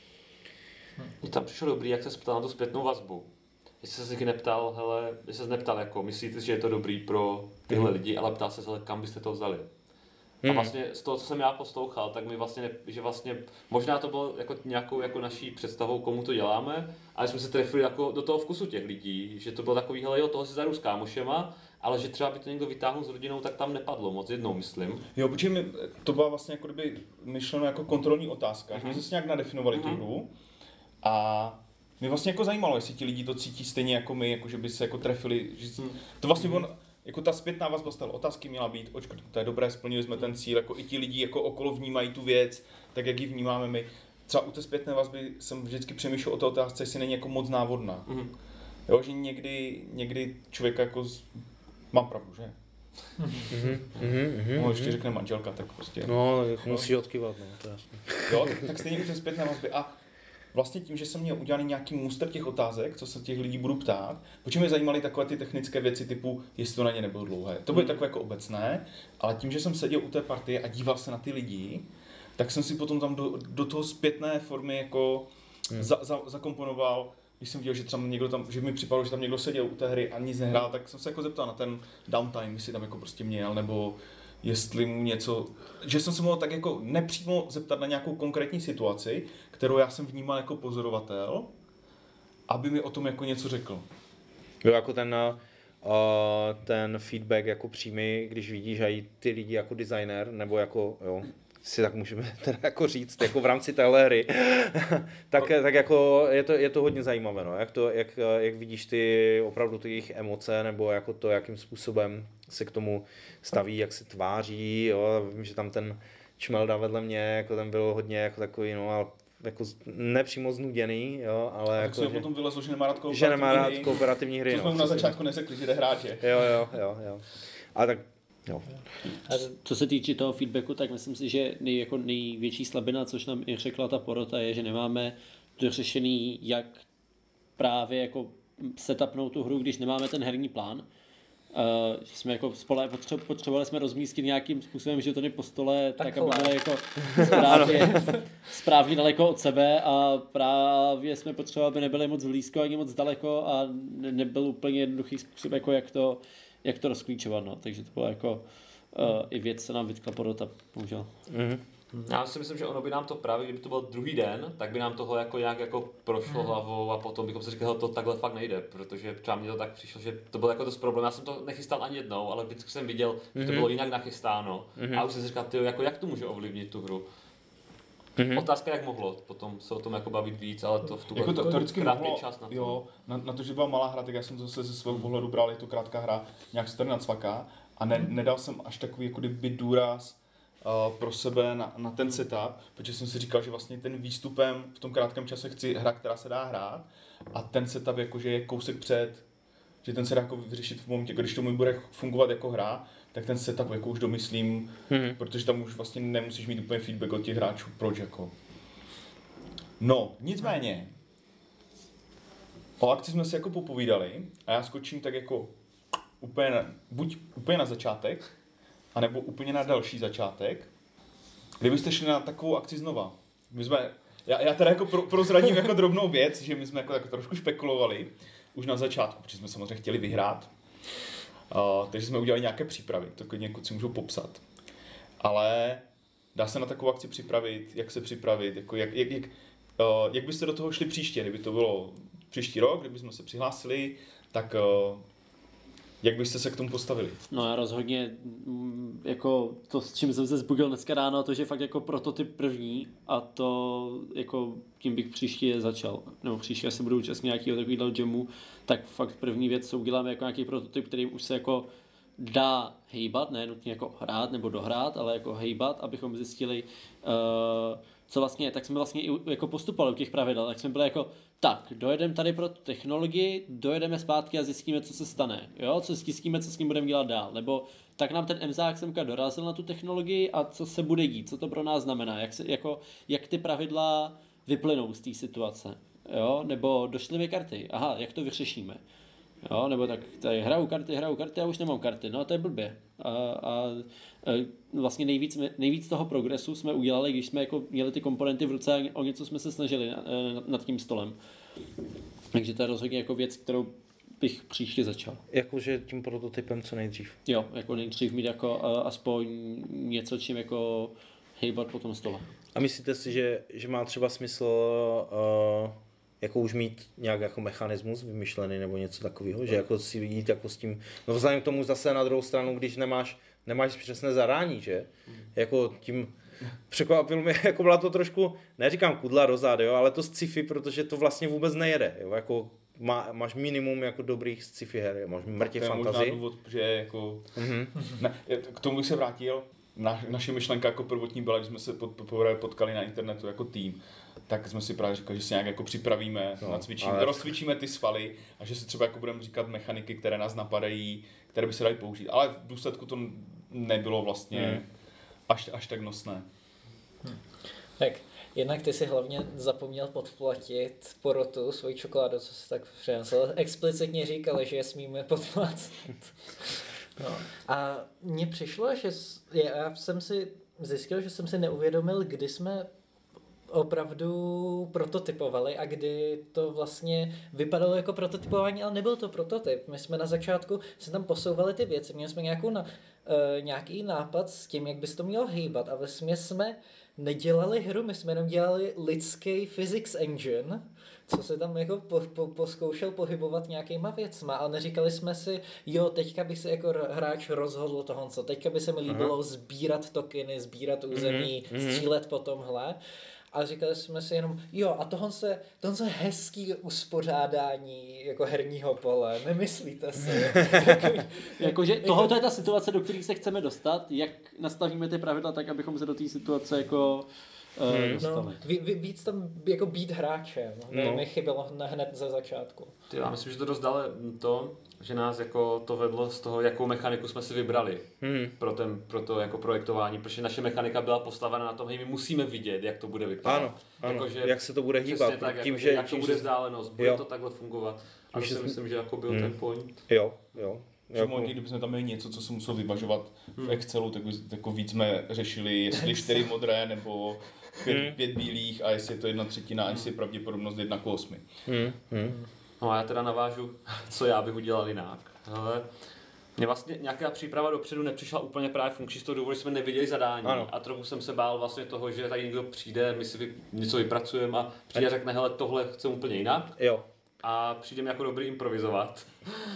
Mně tam přišlo dobrý, jak se ptal na tu zpětnou vazbu. Jestli se si neptal, hele, jestli se neptal, jako, myslíte, že je to dobrý pro tyhle mm. lidi, ale ptal se, hele, kam byste to vzali. Mm. A vlastně z toho, co jsem já poslouchal, tak mi vlastně, ne, že vlastně, možná to bylo jako nějakou jako naší představou, komu to děláme, ale jsme se trefili jako do toho vkusu těch lidí, že to bylo takový, hele, jo, toho si zaru s kámošema, ale že třeba by to někdo vytáhnul s rodinou, tak tam nepadlo moc, jednou myslím. Jo, protože mi, to byla vlastně jako kdyby myšleno jako kontrolní otázka, mm. že jsme se nějak nadefinovali mm. tu hru. A mě vlastně jako zajímalo, jestli ti lidi to cítí stejně jako my, jako že by se jako trefili, že to vlastně mm-hmm. on, jako ta zpětná vazba z té otázky měla být, očkrtnuté, to je dobré, splnili jsme ten cíl, jako i ti lidi jako okolo vnímají tu věc, tak jak ji vnímáme my. Třeba u té zpětné vazby jsem vždycky přemýšlel o té otázce, jestli není jako moc návodná. Mm-hmm. Jo, že někdy, někdy člověk jako, z... mám pravdu, že? Mm-hmm, mm-hmm, no, ještě řekne manželka, tak prostě. No, musí odkyvat, no, to je jasný. Jo, tak, tak stejně u té zpětné vazby a vlastně tím, že jsem měl udělaný nějaký můstek těch otázek, co se těch lidí budu ptát, protože mě zajímaly takové ty technické věci typu, jestli to na ně nebylo dlouhé. To bylo hmm. takové jako obecné, ale tím, že jsem seděl u té partie a díval se na ty lidi, tak jsem si potom tam do, do toho zpětné formy jako hmm. za, za, zakomponoval. Když jsem viděl, že třeba někdo tam, že mi připadalo, že tam někdo seděl u té hry a nic nehrál, tak jsem se jako zeptal na ten downtime, jestli tam jako prostě měl, nebo jestli mu něco, že jsem se mohl tak jako nepřímo zeptat na nějakou konkrétní situaci, kterou já jsem vnímal jako pozorovatel, aby mi o tom jako něco řekl. Jo, jako ten, uh, ten feedback jako přímý, když vidíš i ty lidi jako designer, nebo jako, jo, si tak můžeme teda jako říct, jako v rámci téhle hry, tak, tak jako je to, je to hodně zajímavé, no, jak, to, jak, jak vidíš ty opravdu ty jejich emoce, nebo jako to, jakým způsobem se k tomu staví, jak se tváří, jo, vím, že tam ten Čmelda vedle mě, jako ten byl hodně jako takový, no, ale jako nepřímo znuděný, jo, ale a jako, tak si potom vylezl, že nemá rád kooperativní že nemá rád kooperativní hry, co jsme no, mu na začátku neřekli, že jde hráče. Jo, jo, jo, jo. A tak jo. A co se týče toho feedbacku, tak myslím si, že nej, jako největší slabina, což nám i řekla ta porota, je, že nemáme dořešený, jak právě jako setupnout tu hru, když nemáme ten herní plán. Uh, že jsme jako spole, potře- potřebovali jsme rozmístit nějakým způsobem žetony po stole, tak, tak aby byly jako správně, správně daleko od sebe a právě jsme potřebovali, aby nebyly moc blízko ani moc daleko a ne- nebyl úplně jednoduchý způsob, jako jak to, jak to rozklíčovat, no. Takže to bylo jako uh, i věc, co nám vytkla porota, bohužel. Mm-hmm. Já si myslím, že ono by nám to právě, kdyby to byl druhý den, tak by nám toho jako nějak jako prošlo hmm. hlavou a potom bychom si říkali, to takhle fakt nejde, protože třeba mně to tak přišlo, že to byl jako dost problém. Já jsem to nechystal ani jednou, ale vždycky jsem viděl, mm-hmm. že to bylo jinak nachystáno mm-hmm. a už jsem si říkal, tyjo, jako jak to může ovlivnit tu hru. Mm-hmm. Otázka, jak mohlo potom se o tom jako bavit víc, ale to v tu jako to, to vždycky mohlo, čas na to. Jo, na, na to, že byla malá hra, tak já jsem to zase ze svého pohledu bral, je to krátká hra, nějak se tady nacvaká a ne, nedal jsem až takový jako kdyby důraz Uh, pro sebe na, na ten setup, protože jsem si říkal, že vlastně ten výstupem v tom krátkém čase chci hra, která se dá hrát a ten setup jakože je kousek před, že ten se dá jako vyřešit v momentě, když to mi bude fungovat jako hra, tak ten setup jako už domyslím, hmm. protože tam už vlastně nemusíš mít úplně feedback od těch hráčů, proč jako. No, nicméně, o akci jsme si jako popovídali a já skočím tak jako úplně na, buď úplně na začátek, a nebo úplně na další začátek. Kdybyste šli na takovou akci znova. My jsme, já, já teda jako pro, prozradím jako drobnou věc, že my jsme jako, jako trošku špekulovali už na začátku, protože jsme samozřejmě chtěli vyhrát. Uh, takže jsme udělali nějaké přípravy, to klidně kluci můžou popsat. Ale dá se na takovou akci připravit, jak se připravit, jako jak, jak, jak, uh, jak byste do toho šli příště, kdyby to bylo příští rok, kdyby jsme se přihlásili, tak uh, jak byste se k tomu postavili? No já rozhodně, jako to, s čím jsem se zbudil dneska ráno, to, že fakt jako prototyp první a to jako tím bych příště začal, nebo příště, až se budu účastnit nějakého takového jamu, tak fakt první věc, co uděláme jako nějaký prototyp, kterým už se jako dá hejbat, ne nutně jako hrát nebo dohrát, ale jako hejbat, abychom zjistili, uh, co vlastně je. Tak jsme vlastně i jako postupovali u těch pravidel, tak jsme byli jako, tak, dojedeme tady pro technologii, dojedeme zpátky a zjistíme, co se stane, jo, co zjistíme, co s ním budeme dělat dál, nebo tak nám ten emzák semka dorazil na tu technologii a co se bude dít, co to pro nás znamená, jak, se, jako, jak ty pravidla vyplynou z té situace, jo, nebo došly mi karty, aha, jak to vyřešíme. Jo, nebo tak tady hraju karty, hraju karty a už nemám karty, no to je blbě. A, a, a vlastně nejvíc, nejvíc toho progresu jsme udělali, když jsme jako měli ty komponenty v ruce a o něco jsme se snažili nad tím stolem. Takže to je rozhodně jako věc, kterou bych příště začal. Jakože tím prototypem co nejdřív. Jo, jako nejdřív mít jako uh, aspoň něco, čím jako hejbat po tom stole. A myslíte si, že, že má třeba smysl uh, jako už mít nějak jako mechanismus vymyšlený nebo něco takového, že jako si jít jako s tím, no vzhledem k tomu zase na druhou stranu, když nemáš, nemáš přesné zadání, že? Jako tím překvapilo mě, jako byla to trošku, neříkám kudla do zád, jo, ale to sci-fi, protože to vlastně vůbec nejede, jo, jako má, máš minimum jako dobrých sci-fi her, máš mrtě fantazii. To je možná důvod, že jako, mm-hmm. ne, k tomu bych se vrátil, Na, naše myšlenka jako prvotní byla, když jsme se pod, poprvé potkali na internetu jako tým, tak jsme si právě říkali, že se nějak jako připravíme, no, nacvičíme, ale... rozcvičíme ty svaly a že si třeba jako budeme říkat mechaniky, které nás napadají, které by se daly použít. Ale v důsledku to nebylo vlastně hmm. až, až tak nosné. Hmm. Tak, jednak ty si hlavně zapomněl podplatit porotu, svoji čokoládu, co jsi tak přinesl. Explicitně říkali, že je smíme podplatit. No. A mně přišlo, že já jsem si zjistil, že jsem si neuvědomil, kdy jsme opravdu prototypovali a kdy to vlastně vypadalo jako prototypování, ale nebyl to prototyp. My jsme na začátku se tam posouvali ty věci, měli jsme nějakou na, uh, nějaký nápad s tím, jak by se to mělo hýbat a vlastně jsme nedělali hru, my jsme jenom dělali lidský physics engine, co se tam jako po, po, poskoušel pohybovat nějakýma věcma, ale neříkali jsme si, jo, teďka by se jako hráč rozhodl toho, co teďka by se mi líbilo sbírat tokeny, sbírat území, mm-hmm. střílet po tomhle. A říkali jsme si jenom, jo, a tohle se, tohle se hezký uspořádání jako herního pole, nemyslíte si? Jakože tohle je ta situace, do které se chceme dostat, jak nastavíme ty pravidla tak, abychom se do té situace jako uh, hmm. dostali. No, ví, ví, víc tam jako být hráčem, no. mi chybělo hned ze začátku. Ty, já myslím, že to dost dále to, že nás jako to vedlo z toho, jakou mechaniku jsme si vybrali hmm. pro, ten, pro to jako projektování, protože naše mechanika byla postavena na tom, že my musíme vidět, jak to bude vypadat. Ano, ano. Jako, že jak se to bude hýbat. Tak, tím, jako, že, jak tím, to bude že... vzdálenost, bude jo. to takhle fungovat. A to že si myslím, že jako byl hmm. ten point. Jo, jo. Že jako... momenty, kdybychom tam měli něco, co se muselo vyvažovat v Excelu, tak jako víc jsme řešili, jestli čtyři modré nebo pět, hmm. pět bílých a jestli je to jedna třetina a jestli je pravděpodobnost jedna k osmi. Hmm. Hmm. No a já teda navážu, co já bych udělal jinak. Ale mně vlastně nějaká příprava dopředu nepřišla úplně právě funkční z toho důvodu, že jsme neviděli zadání. Ano. A trochu jsem se bál vlastně toho, že tady někdo přijde, my si vy, něco vypracujeme a přijde a řekne, hele, tohle chcem úplně jinak. Jo. A přijde mi jako dobrý improvizovat.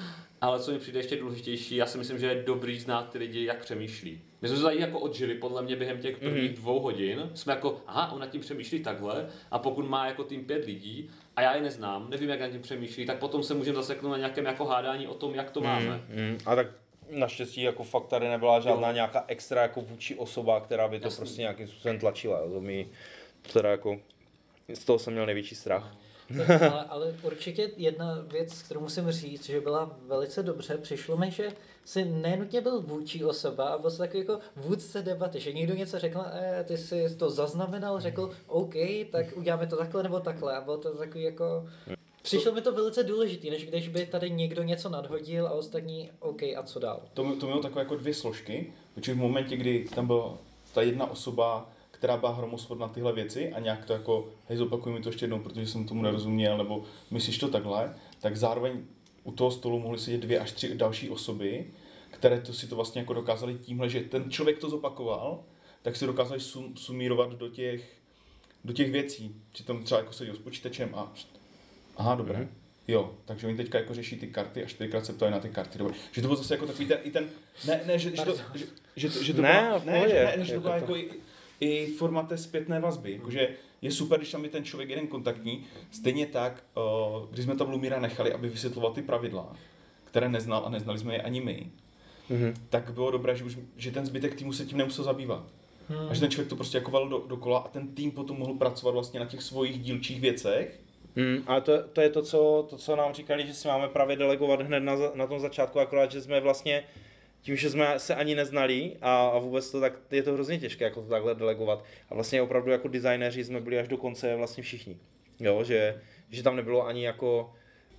Ale co mi přijde ještě důležitější, já si myslím, že je dobrý znát ty lidi, jak přemýšlí. My jsme se tady jako odžili, podle mě během těch prvních mm-hmm. dvou hodin. Jsme jako, aha, on nad tím přemýšlí takhle a pokud má jako tým pět lidí a já je neznám, nevím, jak nad tím přemýšlí, tak potom se můžeme zaseknout na nějakém jako hádání o tom, jak to máme. Mm-hmm. A tak naštěstí jako fakt tady nebyla žádná jo. nějaká extra jako vůči osoba, která by to Jasný. prostě nějakým způsobem tlačila. To mi teda jako, z toho jsem měl největší strach. ale, ale určitě jedna věc, kterou musím říct, že byla velice dobře, přišlo mi, že si nenutně byl vůči osoba a byl to takový jako vůdce debaty, že někdo něco řekl, eh, ty jsi to zaznamenal, řekl, OK, tak uděláme to takhle nebo takhle a bylo to takový jako... Přišlo mi to velice důležitý, než když by tady někdo něco nadhodil a ostatní OK, a co dál. To, to mělo takové jako dvě složky, protože v momentě, kdy tam byla ta jedna osoba, která byla hromosvod na tyhle věci a nějak to jako, hej, zopakuj mi to ještě jednou, protože jsem tomu nerozuměl, nebo myslíš to takhle, tak zároveň u toho stolu mohly sedět dvě až tři další osoby, které to si to vlastně jako dokázali tímhle, že ten člověk to zopakoval, tak si dokázali sum, sumírovat do těch, do těch věcí. Přitom třeba jako seděl s počítačem a aha, dobré. Mm-hmm. Jo, takže oni teďka jako řeší ty karty a čtyřikrát se ptají na ty karty. Dobré. Že to bylo zase jako takový ten, i ten, ne, ne, že, že to, že, že to, že to ne, byla, ne, že, ne, že to byla jako i, i forma té zpětné vazby. Jakože je super, když tam je ten člověk jeden kontaktní. Stejně tak, uh, když jsme tam Lumíra nechali, aby vysvětloval ty pravidla, které neznal a neznali jsme je ani my, mm-hmm. tak bylo dobré, že, už, že ten zbytek týmu se tím nemusel zabývat. Hmm. A že ten člověk to prostě jako val do, dokola a ten tým potom mohl pracovat vlastně na těch svojich dílčích věcech. Hmm, ale to, to je to co, to, co nám říkali, že si máme právě delegovat hned na, na tom začátku, akorát, že jsme vlastně tím, že jsme se ani neznali a, a vůbec to tak, je to hrozně těžké jako to takhle delegovat. A vlastně opravdu jako designéři jsme byli až do konce vlastně všichni. Jo, že, že tam nebylo ani jako,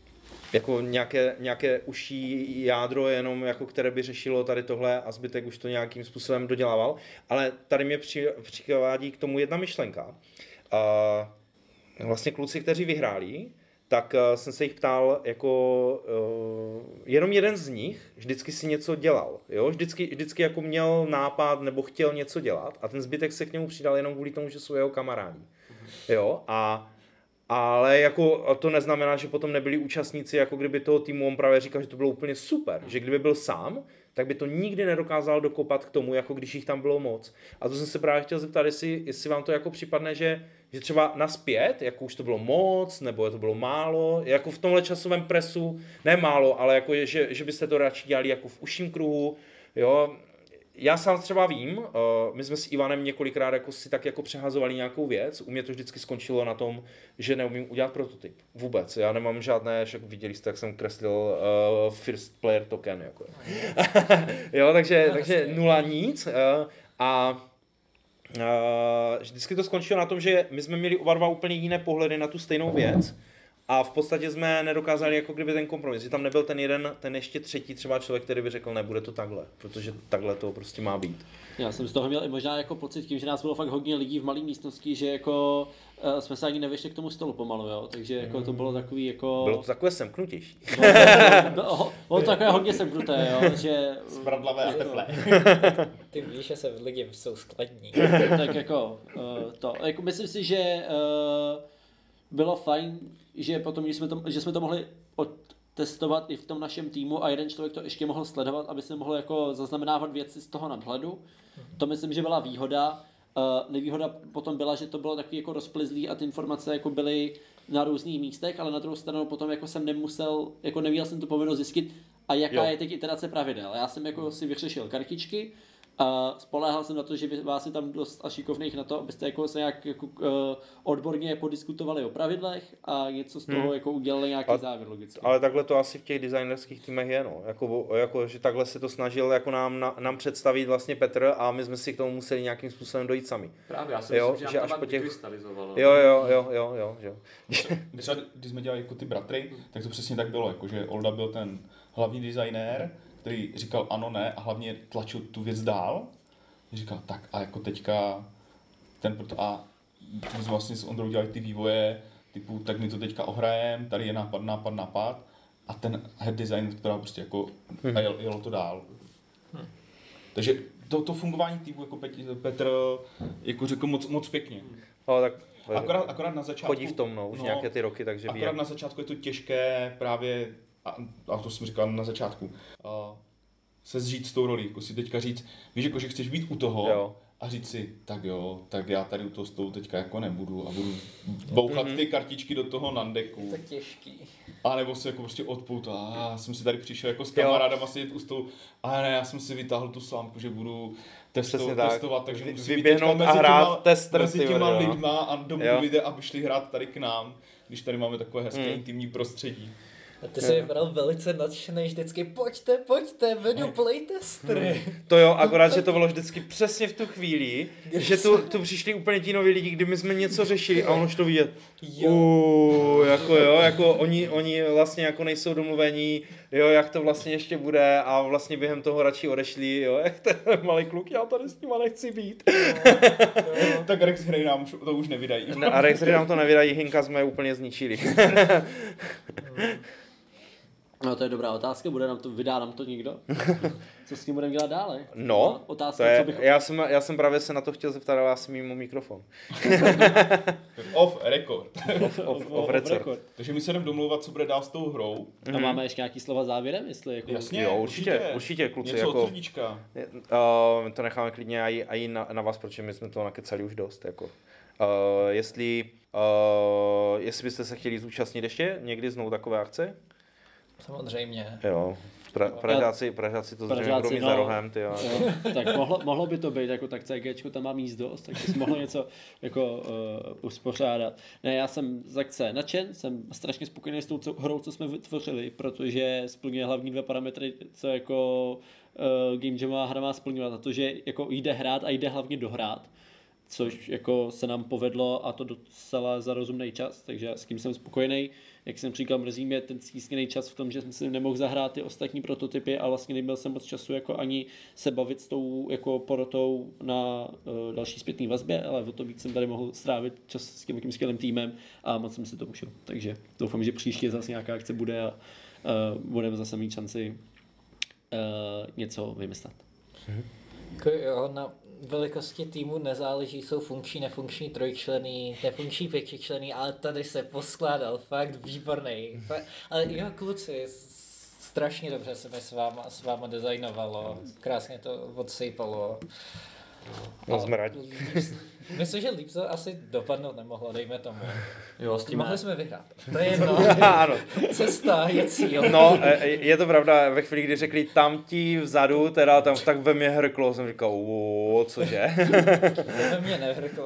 jako nějaké, nějaké užší jádro, jenom jako které by řešilo tady tohle a zbytek už to nějakým způsobem dodělával. Ale tady mě při, přivádí k tomu jedna myšlenka. A vlastně kluci, kteří vyhráli, tak uh, jsem se jich ptal, jako uh, jenom jeden z nich vždycky si něco dělal, jo? Vždycky, vždycky jako měl nápad nebo chtěl něco dělat a ten zbytek se k němu přidal jenom kvůli tomu, že jsou jeho kamarádi, jo? A, ale jako to neznamená, že potom nebyli účastníci, jako kdyby toho týmu, on právě říkal, že to bylo úplně super, že kdyby byl sám, tak by to nikdy nedokázal dokopat k tomu, jako když jich tam bylo moc. A to jsem se právě chtěl zeptat, jestli, jestli vám to jako připadne, že, že třeba naspět, jako už to bylo moc, nebo to bylo málo, jako v tomhle časovém presu, ne málo, ale jako je, že, že byste to radši dělali jako v užším kruhu, jo. Já sám třeba vím, uh, my jsme s Ivanem několikrát jako si tak jako přehazovali nějakou věc, u mě to vždycky skončilo na tom, že neumím udělat prototyp. Vůbec, já nemám žádné, jak viděli jste, jak jsem kreslil uh, first player token, jako. Jo, takže, takže nula nic uh, a Uh, vždycky to skončilo na tom, že my jsme měli oba dva úplně jiné pohledy na tu stejnou věc a v podstatě jsme nedokázali jako kdyby ten kompromis, že tam nebyl ten jeden, ten ještě třetí třeba člověk, který by řekl, ne, bude to takhle, protože takhle to prostě má být. Já jsem z toho měl i možná jako pocit tím, že nás bylo fakt hodně lidí v malé místnosti, že jako uh, jsme se ani nevyšli k tomu stolu pomalu, jo, takže jako to bylo takový jako... Bylo to takové semknutější. Bylo no, to takové hodně semknuté, jo, že... Smradlavé a teplé. Ty víš, že se lidi jsou skladní. Tak jako uh, to, jako myslím si, že uh, bylo fajn, že potom, že jsme to, že jsme to mohli testovat i v tom našem týmu a jeden člověk to ještě mohl sledovat, aby se mohl jako zaznamenávat věci z toho nadhledu. To myslím, že byla výhoda. Uh, nevýhoda potom byla, že to bylo takový jako rozplizlý a ty informace jako byly na různých místech, ale na druhou stranu potom jako jsem nemusel, jako neměl jsem tu povinnost zjistit, a jaká jo. je teď iterace pravidel. Já jsem jako si vyřešil kartičky, a spoléhal jsem na to, že vás je tam dost a šikovných na to, abyste jako se nějak jako, uh, odborně podiskutovali o pravidlech a něco z toho hmm. jako udělali nějaký a, závěr logicky. Ale takhle to asi v těch designerských týmech je, no. Jako, jako, že takhle se to snažil jako nám, na, nám představit vlastně Petr a my jsme si k tomu museli nějakým způsobem dojít sami. Právě, já si jo, myslím, že, že až po těch... Jo, jo, jo, jo, jo, jo. Třeba, když jsme dělali jako ty bratry, tak to přesně tak bylo, jako, že Olda byl ten hlavní designér, který říkal ano, ne a hlavně tlačil tu věc dál. Říkal, tak a jako teďka ten proto a my jsme vlastně s Ondrou dělali ty vývoje, typu, tak my to teďka ohrajem, tady je nápad, nápad, nápad a ten head design, která prostě jako hmm. a jel, jelo to dál. Hmm. Takže to, to fungování týmu jako Petr, Petr jako řekl moc, moc pěkně. No, tak akorát, akorát na začátku... Chodí v tom, no, už no, nějaké ty roky, takže akorát ví. Na začátku je to těžké právě, a, a to jsem říkal na začátku, a, se zžít s tou rolí, jako si teďka říct, víš, jako, že chceš být u toho jo. a říct si, tak jo, tak já tady u toho stolu teďka jako nebudu a budu bouchat mm-hmm. ty kartičky do toho nandeku. To je těžký. A nebo se jako prostě odpoutat, a já jsem si tady přišel jako s kamarádama sedět u stolu, a ne, já jsem si vytáhl tu slámku, že budu testo, tak. testovat, takže Vy, musím vyběhnout a hrát tester, mezi těma lidma a domluvit je, aby šli hrát tady k nám, když tady máme takové hezké mm. intimní prostředí. A ty jsi vypadal velice nadšený vždycky, pojďte, pojďte, vedu playtestery. To jo, akorát, že to bylo vždycky přesně v tu chvíli, že tu, tu přišli úplně ti noví lidi, kdy my jsme něco řešili a ono už to vidět. Uuu, jako jo, jako oni, oni vlastně jako nejsou domluvení, jo, jak to vlastně ještě bude a vlastně během toho radši odešli, jo, jak ten malý kluk, já tady s nima nechci být. No, no. Tak Rex hry nám to už nevydají. Ne, a Rex hry nám to nevydají, Hinka jsme úplně zničili. No to je dobrá otázka, bude nám to, vydá nám to někdo? Co s tím budeme dělat dále? No, otázka, to je, co bych... já, jsem, já jsem právě se na to chtěl zeptat, ale já jsem mimo mikrofon. Off record. Off, off, off record. Takže my se jdeme domlouvat, co bude dál s tou hrou. A mm-hmm. máme ještě nějaký slova závěrem? Jestli jako... Jasně, jo, určitě, určitě, určitě kluci. Něco jako, od srdíčka. Uh, to necháme klidně i, i na, na vás, protože my jsme to nakecali už dost. Jako. Uh, jestli, uh, jestli byste se chtěli zúčastnit ještě někdy znovu takové akce? Samozřejmě. Jo, pra, Pražáci, Pražáci to zřejmě budou mít no, za rohem, ty jo. jo. Tak mohlo, mohlo by to být, jako tak CGčko tam má míst dost, tak bys mohlo něco jako uh, uspořádat. Ne, já jsem z akce nadšen, jsem strašně spokojený s tou co, hrou, co jsme vytvořili, protože splňuje hlavní dva parametry, co jako uh, Game Jamová hra má splňovat, a to, že jako jde hrát a jde hlavně dohrát, což jako se nám povedlo a to docela za rozumný čas, takže s tím jsem spokojený. Jak jsem říkal, mrzí mě ten stísněný čas v tom, že jsem si nemohl zahrát ty ostatní prototypy a vlastně neměl jsem moc času jako ani se bavit s tou jako porotou na uh, další zpětné vazbě, ale o to víc jsem tady mohl strávit čas s tím jakým skvělým týmem a moc jsem si to užil. Takže doufám, že příště zase nějaká akce bude a uh, budeme zase mít šanci uh, něco vymyslet. Mhm. Jo, na velikosti týmu nezáleží, jsou funkční, nefunkční, trojčlenný, nefunkční, pětičlenný, ale tady se poskládal fakt výborný. Fakt, ale jo, kluci, strašně dobře se mi s váma, s váma designovalo, krásně to odsejpalo. No, jsme rádi. Myslím, že líp to asi dopadnout nemohlo, dejme tomu. Jo, s tím mohli jsme vyhrát. To je jedno. Ano. Cesta je cíl. No, je to pravda, ve chvíli, kdy řekli tam ti vzadu, teda tam tak ve mě hrklo, jsem říkal, o, cože? Ve mě nehrklo,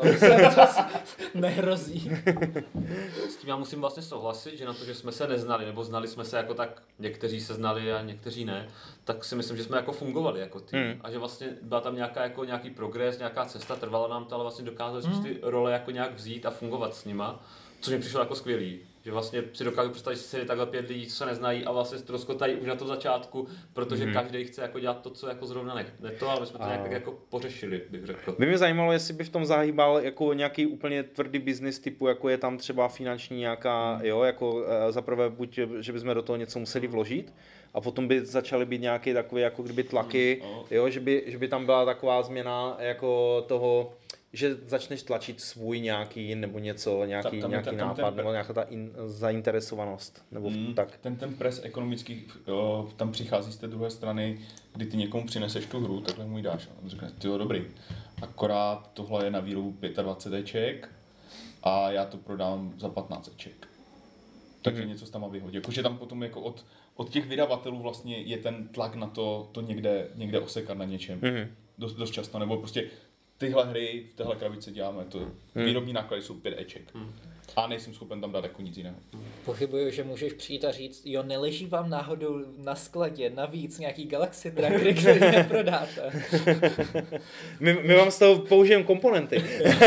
nehrozí. S tím já musím vlastně souhlasit, že na to, že jsme se neznali, nebo znali jsme se jako tak, někteří se znali a někteří ne, tak si myslím, že jsme jako fungovali jako tým. Hmm. A že vlastně byla tam nějaká, jako nějaký progres, nějaká cesta, trvala nám to, ale vlastně do dokázali hmm. ty role jako nějak vzít a fungovat s nima, což mi přišlo jako skvělý. Že vlastně si dokážu představit, že si takhle pět lidí, co se neznají a vlastně ztroskotají už na tom začátku, protože hmm. každý chce jako dělat to, co jako zrovna ne, ne to, ale my jsme to a... nějak tak jako pořešili, bych řekl. By mě zajímalo, jestli by v tom zahýbal jako nějaký úplně tvrdý business typu, jako je tam třeba finanční nějaká, hmm. jo, jako zaprvé buď, že bychom do toho něco museli vložit, a potom by začaly být nějaké takové jako kdyby tlaky, hmm. jo, že by, že by tam byla taková změna jako toho, že začneš tlačit svůj nějaký nebo něco, nějaký, tam, tam, nějaký tam, tam nápad, ten, nebo nějaká ta in, zainteresovanost, nebo mm, tak. Ten, ten pres ekonomický, jo, tam přichází z té druhé strany, kdy ty někomu přineseš tu hru, takhle mu ji dáš. A on řekne, tyjo, dobrý, akorát tohle je na výrobu dvacet pět éček a já to prodám za patnáct éček. Takže mm. něco se tam vyhodí. Jakože tam potom jako od, od těch vydavatelů vlastně je ten tlak na to, to někde, někde osekat na něčem. Mm. Dost, dost často, nebo prostě tyhle hry v téhle krabici děláme, to hmm. výrobní náklady jsou pět éček. Hmm. A nejsem schopen tam dát jako nic jiného. Pochybuju, že můžeš přijít a říct, jo, neleží vám náhodou na skladě navíc nějaký Galaxy Tracker, který neprodáte. my, my vám z toho použijeme komponenty.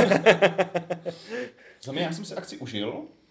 Za mě, já jsem si akci užil.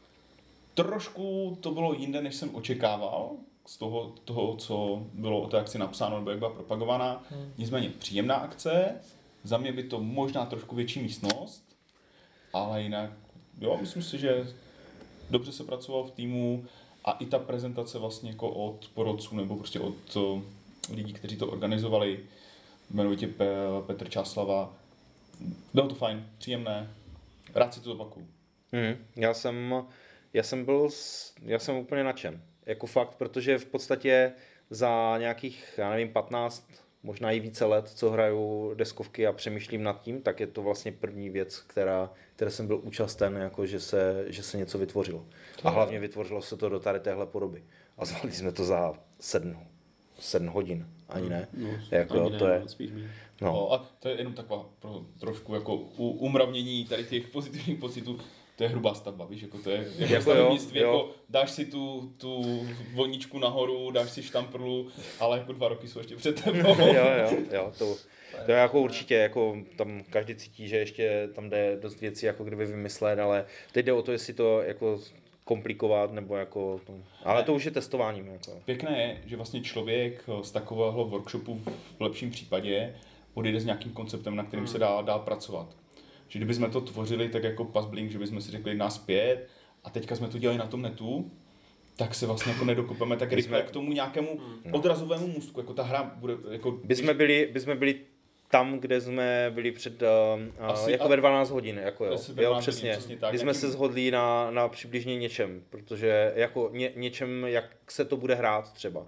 Trošku to bylo jinde, než jsem očekával. Z toho, toho co bylo o té akci napsáno, nebo jak byla propagovaná. Hmm. Nicméně příjemná akce. Za mě by to možná trošku větší místnost, ale jinak, jo, myslím si, že dobře se pracoval v týmu a i ta prezentace vlastně jako od porodců nebo prostě od uh, lidí, kteří to organizovali, jmenovitě Pe- Petr Čáslava, bylo to fajn, příjemné, rád si to zopakuju. Hmm, já jsem, já jsem byl, já jsem úplně nadšen, jako fakt, protože v podstatě za nějakých, já nevím, patnáct možná i více let, co hraju deskovky a přemýšlím nad tím, tak je to vlastně první věc, která, které jsem byl účasten, jako že se, že se něco vytvořilo. A hlavně vytvořilo se to do tady téhle podoby. A zvládli jsme to za sedm, sedm hodin, ani ne. No, jako, ani to ne, je, spíš mě. no. No, a to je jenom taková pro, trošku jako umravnění tady těch pozitivních pocitů. To je hrubá stavba, víš, jako to je jako, jako stavebnictví, jako dáš si tu, tu voničku nahoru, dáš si štamprlu, ale jako dva roky jsou ještě před tebou. jo, jo, jo, to, to je jako určitě, jako tam každý cítí, že ještě tam jde dost věcí, jako kdyby vymyslet, ale teď jde o to, jestli to jako komplikovat, nebo jako, to, ale to už je testováním. Jako. Pěkné je, že vlastně člověk z takového workshopu v lepším případě odejde s nějakým konceptem, na kterým se dá, dá pracovat. Že kdybychom to tvořili tak jako Puzzblink, že bychom si řekli nás pět a teďka jsme to dělali na tom netu, tak se vlastně jako nedokopeme tak rychle k tomu nějakému no. odrazovému můstku, jako ta hra bude jako... Bychom byli, bychom byli tam, kde jsme byli před uh, Asi, jako ve dvanáct hodin, jako jo, jo přesně, hodin, přesně tak, kdy jsme jakým... se shodli na, na přibližně něčem, protože jako ně, něčem, jak se to bude hrát třeba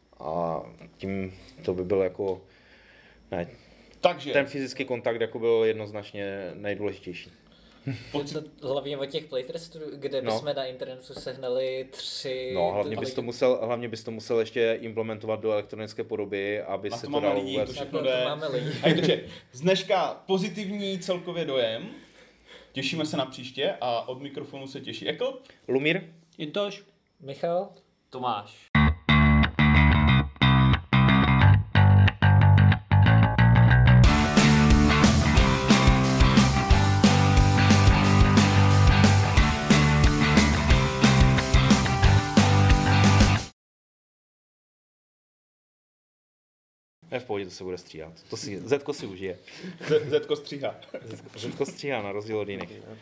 a tím to by byl jako, ne, takže ten fyzický kontakt jako byl jednoznačně nejdůležitější. Pocit... Hlavně od těch playtestů, kde no. bychom na internetu sehnali tři... No, hlavně bys, to musel, hlavně bys to musel ještě implementovat do elektronické podoby, aby se to, to dalo lidi, vůbec... To všechno jde. To máme lidi. A takže z dneška pozitivní celkově dojem. Těšíme se na příště a od mikrofonu se těší Ekl, Lumír, Jintoš, Michal, Tomáš. Ne, v pohodě, to se bude stříhat. To si, Zetko si užije. Zetko stříhá. Zetko stříhá na rozdíl od jiných.